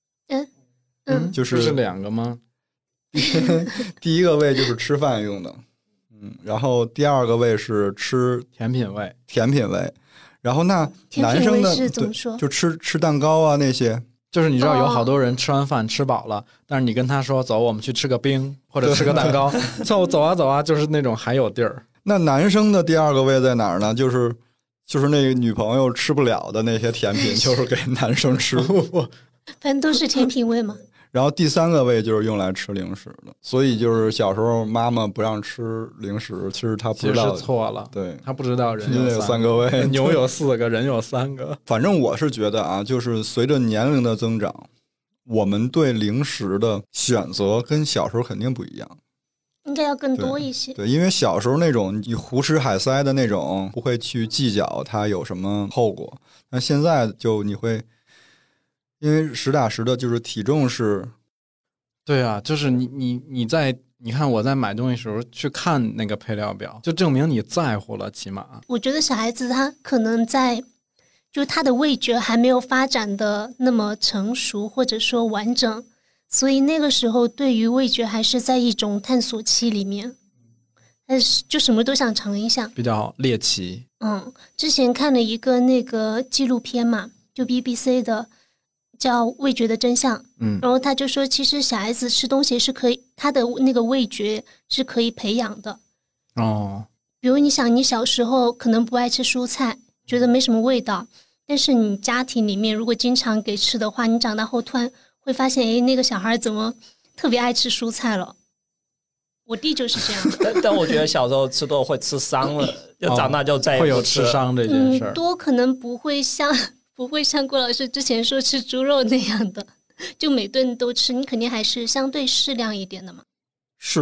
就是 2个吗？ 第一个胃就是吃饭用的，然后第二个胃是吃甜品胃， 然后那男生的是怎么说？ 就吃蛋糕啊那些。 就是你知道有好多人吃完饭吃饱了，但是你跟他说走，我们去吃个冰或者吃个蛋糕，走啊，就是那种还有地儿。 那男生的第二个胃在哪儿呢？就是那个女朋友吃不了的那些甜品，就是给男生吃。 反正都是甜品胃嘛。 然后第3个胃就是用来吃零食的，所以就是小时候妈妈不让吃零食，其实她不知道， 是错了， 对， 她不知道人有3个胃， 牛有4个，人有3个。 反正我是觉得啊，就是随着年龄的增长，我们对零食的选择跟小时候肯定不一样， 应该要更多一些。 对，因为小时候那种你胡吃海塞的那种，不会去计较它有什么后果，那现在就你会。因为实打实的就是体重是， 对啊，就是你看我在买东西的时候去看那个配料表，就证明你在乎了，起码。 我觉得小孩子他可能就是他的味觉还没有发展的那么成熟或者说完整，所以那个时候对于味觉还是在一种探索期里面，但是就什么都想尝一下， 比较猎奇。 之前看了一个那个纪录片嘛，就 BBC 的。叫味觉的真相，然后他就说，其实小孩子吃东西是可以，他的那个味觉是可以培养的。比如你想，你小时候可能不爱吃蔬菜，觉得没什么味道，但是你家庭里面如果经常给吃的话，你长大后突然会发现，那个小孩怎么特别爱吃蔬菜了？我弟就是这样。 但我觉得小时候吃多会吃伤了，就长大就再也会有吃伤这件事儿。 多可能不会像郭老师之前说吃猪肉那样的，就每顿都吃，你肯定还是相对适量一点的嘛。 是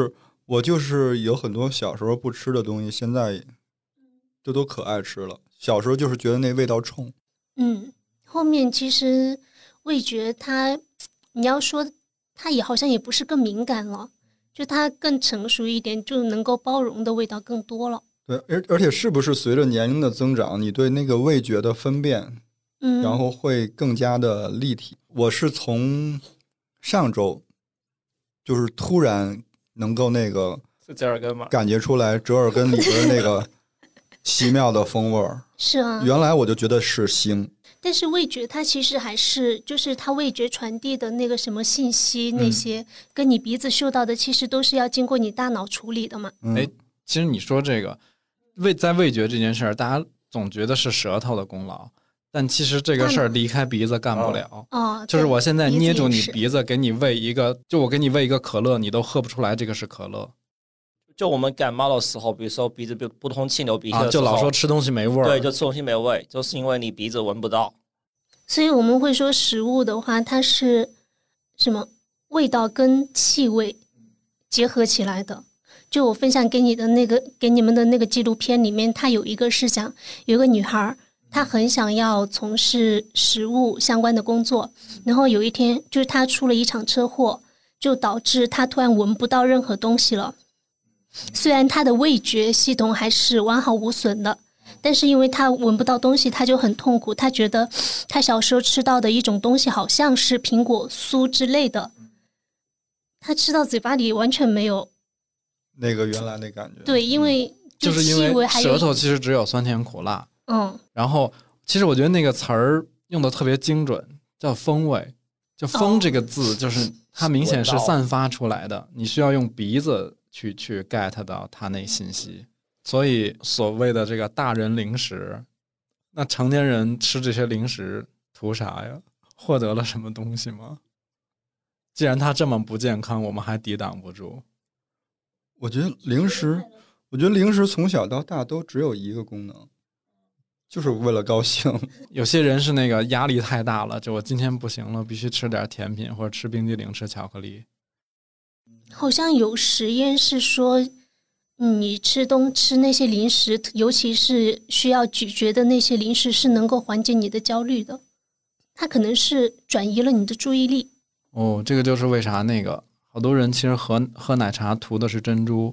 我就是有很多小时候不吃的东西，现在都可爱吃了。小时候就是觉得那味道冲。 后面其实味觉它，你要说它也好像也不是更敏感了，就它更成熟一点，就能够包容的味道更多了。 对，而且是不是随着年龄的增长，你对那个味觉的分辨，然后会更加的立体。我是从上周就是突然能够那个是折耳根吗？ 感觉出来折耳根里边那个奇妙的风味儿。 是啊， 原来我就觉得是腥， 但是味觉它其实还是就是它味觉传递的那个什么信息，那些跟你鼻子嗅到的其实都是要经过你大脑处理的嘛。 其实你说这个在味觉这件事儿，大家总觉得是舌头的功劳，但其实这个事儿离开鼻子干不了。就是我现在捏住你鼻子，给你喂一个，就我给你喂一个可乐，你都喝不出来这个是可乐。 就我们感冒的时候，比如说鼻子不通气流鼻涕的时候， 就老说吃东西没味儿。 对，就吃东西没味，就是因为你鼻子闻不到。 所以我们会说食物的话，它是什么味道跟气味结合起来的。就我分享给你们的那个纪录片里面，它有一个是讲有一个女孩，她很想要从事食物相关的工作，然后有一天就是她出了一场车祸，就导致她突然闻不到任何东西了。虽然她的味觉系统还是完好无损的，但是因为她闻不到东西，她就很痛苦。她觉得她小时候吃到的一种东西好像是苹果酥之类的，她吃到嘴巴里完全没有那个原来那感觉。 对，因为就是因为舌头其实只有酸甜苦辣。然后其实我觉得那个词儿用的特别精准，叫风味。就风这个字，就是它明显是散发出来的，你需要用鼻子去 get 到它那信息。所以所谓的这个大人零食，那成年人吃这些零食图啥呀？获得了什么东西吗？既然它这么不健康，我们还抵挡不住。 我觉得零食从小到大都只有一个功能，就是为了高兴。 有些人是那个压力太大了，就我今天不行了，必须吃点甜品或者吃冰激凌吃巧克力。 好像有实验是说你吃那些零食，尤其是需要咀嚼的那些零食，是能够缓解你的焦虑的，它可能是转移了你的注意力。 这个就是为啥那个好多人其实喝奶茶涂的是珍珠。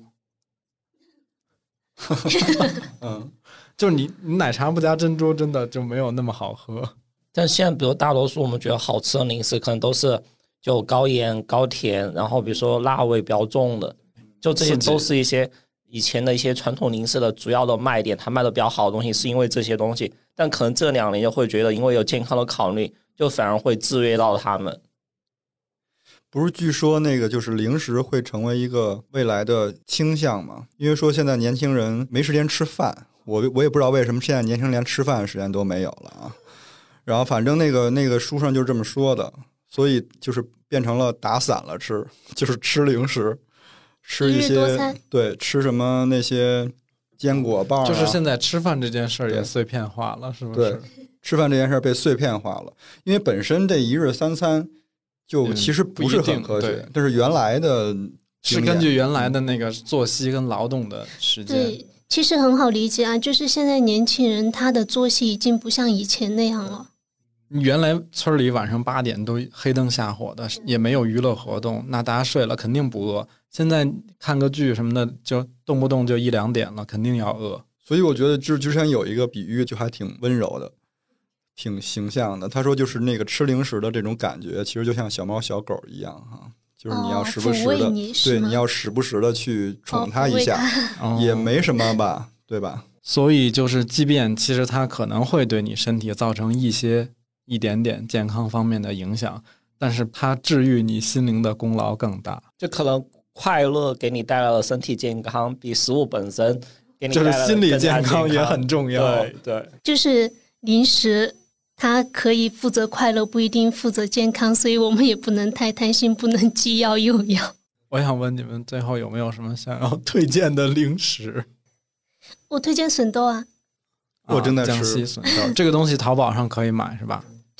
就是你奶茶不加珍珠真的就没有那么好喝。 但现在比如大多数我们觉得好吃的零食可能都是就高盐高甜，然后比如说辣味比较重的，就这些都是一些以前的一些传统零食的主要的卖点，它卖的比较好的东西是因为这些东西，但可能这2年就会觉得因为有健康的考虑，就反而会制约到他们。 不是据说那个就是零食会成为一个未来的倾向吗？因为说现在年轻人没时间吃饭，我也不知道为什么现在年轻人连吃饭的时间都没有了啊。然后反正那个书上就是这么说的，所以就是变成了打散了吃，就是吃零食，吃一些对，吃什么那些坚果棒就是现在吃饭这件事儿也碎片化了，是不是？ 对，吃饭这件事儿被碎片化了，因为本身这一日三餐就其实不是很科学，这是原来的是根据原来的那个作息跟劳动的时间。 对，其实很好理解啊，就是现在年轻人他的作息已经不像以前那样了。 原来村里晚上8点都黑灯瞎火的，也没有娱乐活动，那大家睡了肯定不饿。现在看个剧什么的，就动不动就1、2点了，肯定要饿。 所以我觉得之前有一个比喻就还挺温柔的，挺形象的。他说就是那个吃零食的这种感觉，其实就像小猫小狗一样哈，就是你要时不时的，对，你要时不时的去宠它一下，也没什么吧，对吧？ 所以就是即便其实它可能会对你身体造成一点点健康方面的影响，但是它治愈你心灵的功劳更大。 就可能快乐给你带来的身体健康比食物本身给你带来的就是心理健康也很重要。 对， 就是零食它可以负责快乐，不一定负责健康，所以我们也不能太贪心，不能既要又要。 我想问你们最后有没有什么想要推荐的零食？ 我推荐笋豆啊。 我正在吃江西笋豆，这个东西淘宝上可以买是吧？ 对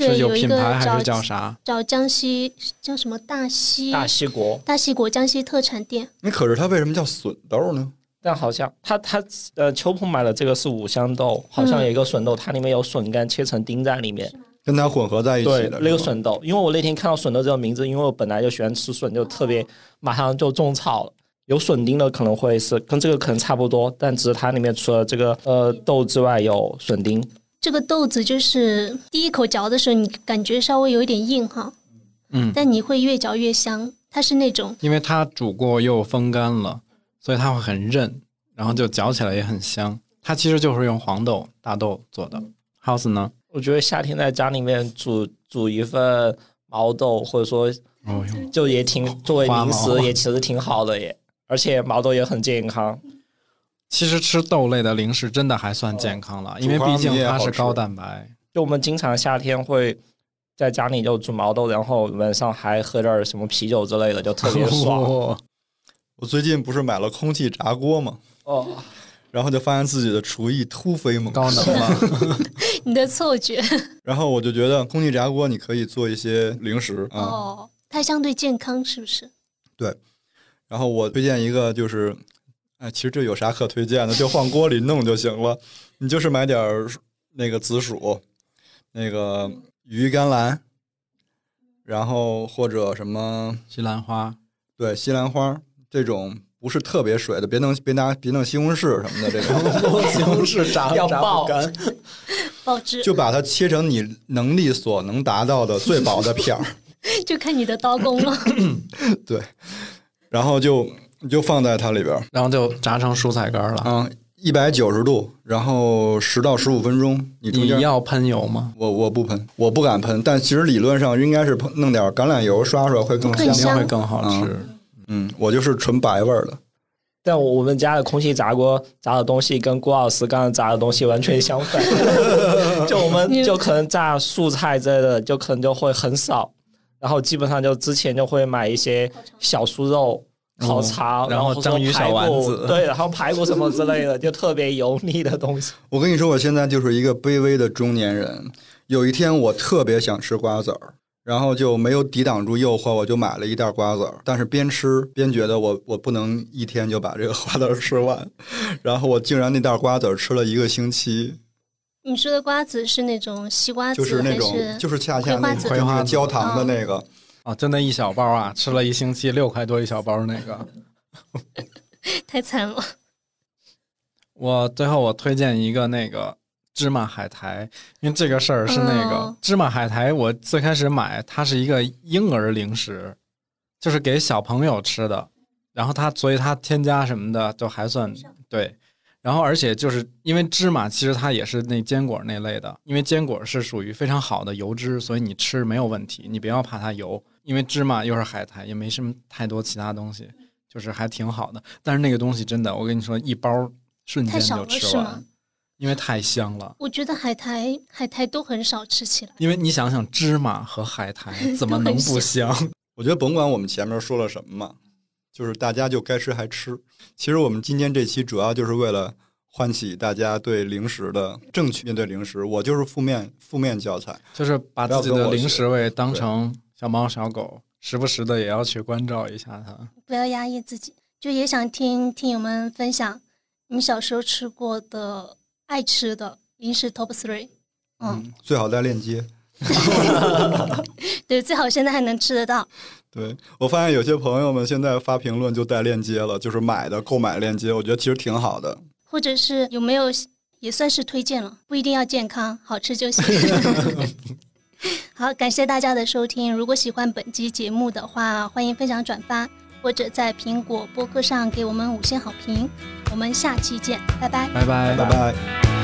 是有品有一个牌还是叫啥？ 找江西叫什么大西果江西特产店。 可是它为什么叫笋豆呢？ 但好像秋鹏买的这个是五香豆，好像有一个笋豆，它里面有笋干切成丁在里面， 跟它混合在一起的。 对，那个笋豆，因为我那天看到笋豆这个名字，因为我本来就喜欢吃笋，就特别马上就种草了。有笋丁的可能会是跟这个可能差不多，但只是它里面除了这个豆之外有笋丁。 这个豆子就是第一口嚼的时候，你感觉稍微有一点硬哈，但你会越嚼越香。它是那种， 因为它煮过又风干了，所以它会很韧，然后就嚼起来也很香。它其实就是用黄豆、大豆做的。House 呢？ 我觉得夏天在家里面煮一份毛豆，或者说就也挺作为零食也其实挺好的耶。而且毛豆也很健康。 其实吃豆类的零食真的还算健康了，因为毕竟它是高蛋白。 就我们经常夏天会在家里就煮毛豆，然后晚上还喝点什么啤酒之类的，就特别爽。 我最近不是买了空气炸锅吗？然后就发现自己的厨艺突飞猛进， 高能了。 你的错觉。 然后我就觉得空气炸锅你可以做一些零食它相对健康是不是？ 对。然后我推荐一个就是，其实这有啥可推荐的？就放锅里弄就行了。你就是买点那个紫薯，那个羽衣甘蓝，然后或者什么西兰花， 对，西兰花这种不是特别水的，别弄西红柿什么的这种。 西红柿炸不干， 爆汁， 就把它切成你能力所能达到的最薄的片儿。 就看你的刀工了。 对。然后就放在它里边， 然后就炸成蔬菜干了。 190度，然后10到15分钟。你要喷油吗？ 我不喷，我不敢喷。但其实理论上应该是弄点橄榄油刷刷会更香，会更好吃。 我就是纯白味的。 但我们家的空气炸锅炸的东西跟郭老师刚刚炸的东西完全相反。就我们就可能炸素菜之类的，就可能就会很少。然后基本上就之前就会买一些小酥肉烤肠， 然后章鱼小丸子， 对，然后排骨什么之类的，就特别油腻的东西。 我跟你说，我现在就是一个卑微的中年人。有一天我特别想吃瓜子儿，然后就没有抵挡住诱惑，我就买了一袋瓜子儿。但是边吃边觉得我不能一天就把这个瓜子儿吃完，然后我竟然那袋瓜子儿吃了1个星期。 你说的瓜子是那种西瓜子， 就是那种就是恰那种葵花焦糖的那个就那一小包啊，吃了1星期，6块多一小包那个。 太惨了。 最后我推荐一个那个芝麻海苔，因为这个事儿是那个芝麻海苔，我最开始买它是一个婴儿零食，就是给小朋友吃的，然后所以它添加什么的就还算对。然后而且就是因为芝麻其实它也是那坚果那类的，因为坚果是属于非常好的油脂，所以你吃没有问题，你不要怕它油，因为芝麻又是海苔，也没什么太多其他东西，就是还挺好的。但是那个东西真的，我跟你说，一包瞬间就吃完，因为太香了。 我觉得海苔都很少吃起来， 因为你想想芝麻和海苔怎么能不香？ 我觉得甭管我们前面说了什么嘛，就是大家就该吃还吃。其实我们今天这期主要就是为了唤起大家对零食的正确面对零食。我就是负面教材， 就是把自己的零食味当成小猫小狗，时不时的也要去关照一下它， 不要压抑自己。就也想听听友们分享你们小时候吃过的爱吃的零食 Top 3。 最好带链接。 对，最好现在还能吃得到。 对，我发现有些朋友们现在发评论就带链接了，就是购买链接，我觉得其实挺好的。 或者是有没有也算是推荐了，不一定要健康，好吃就行。好，感谢大家的收听。如果喜欢本期节目的话，欢迎分享转发，或者在苹果播客上给我们5星好评。我们下期见，拜拜， 拜拜， 拜拜。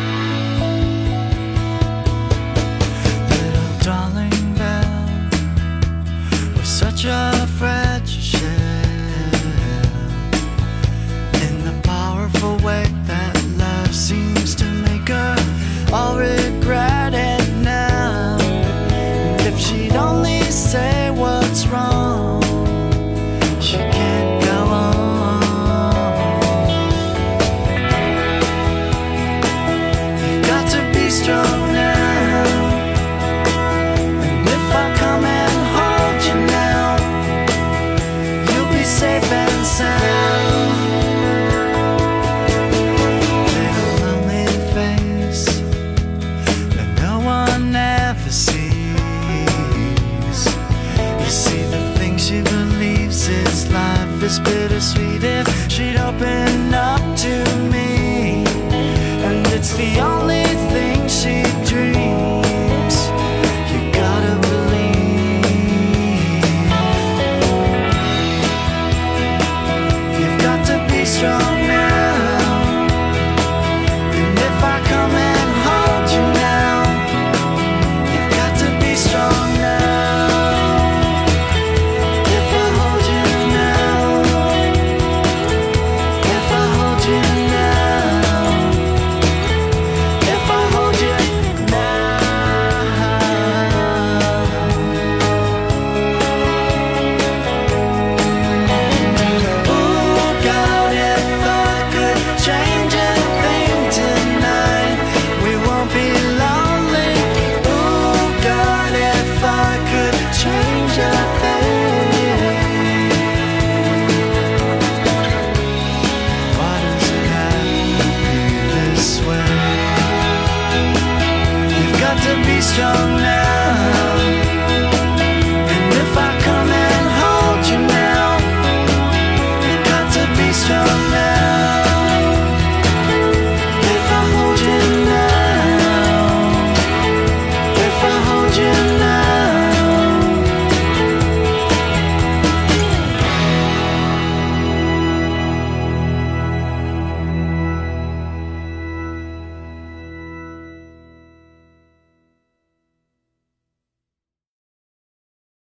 Such a fragile shell in the powerful way that love seems to make her all regret it now. And if she'd only say what's wrong, she can't go on. You've got to be strong now. this life is bittersweet if she'd open up to me. And it's the only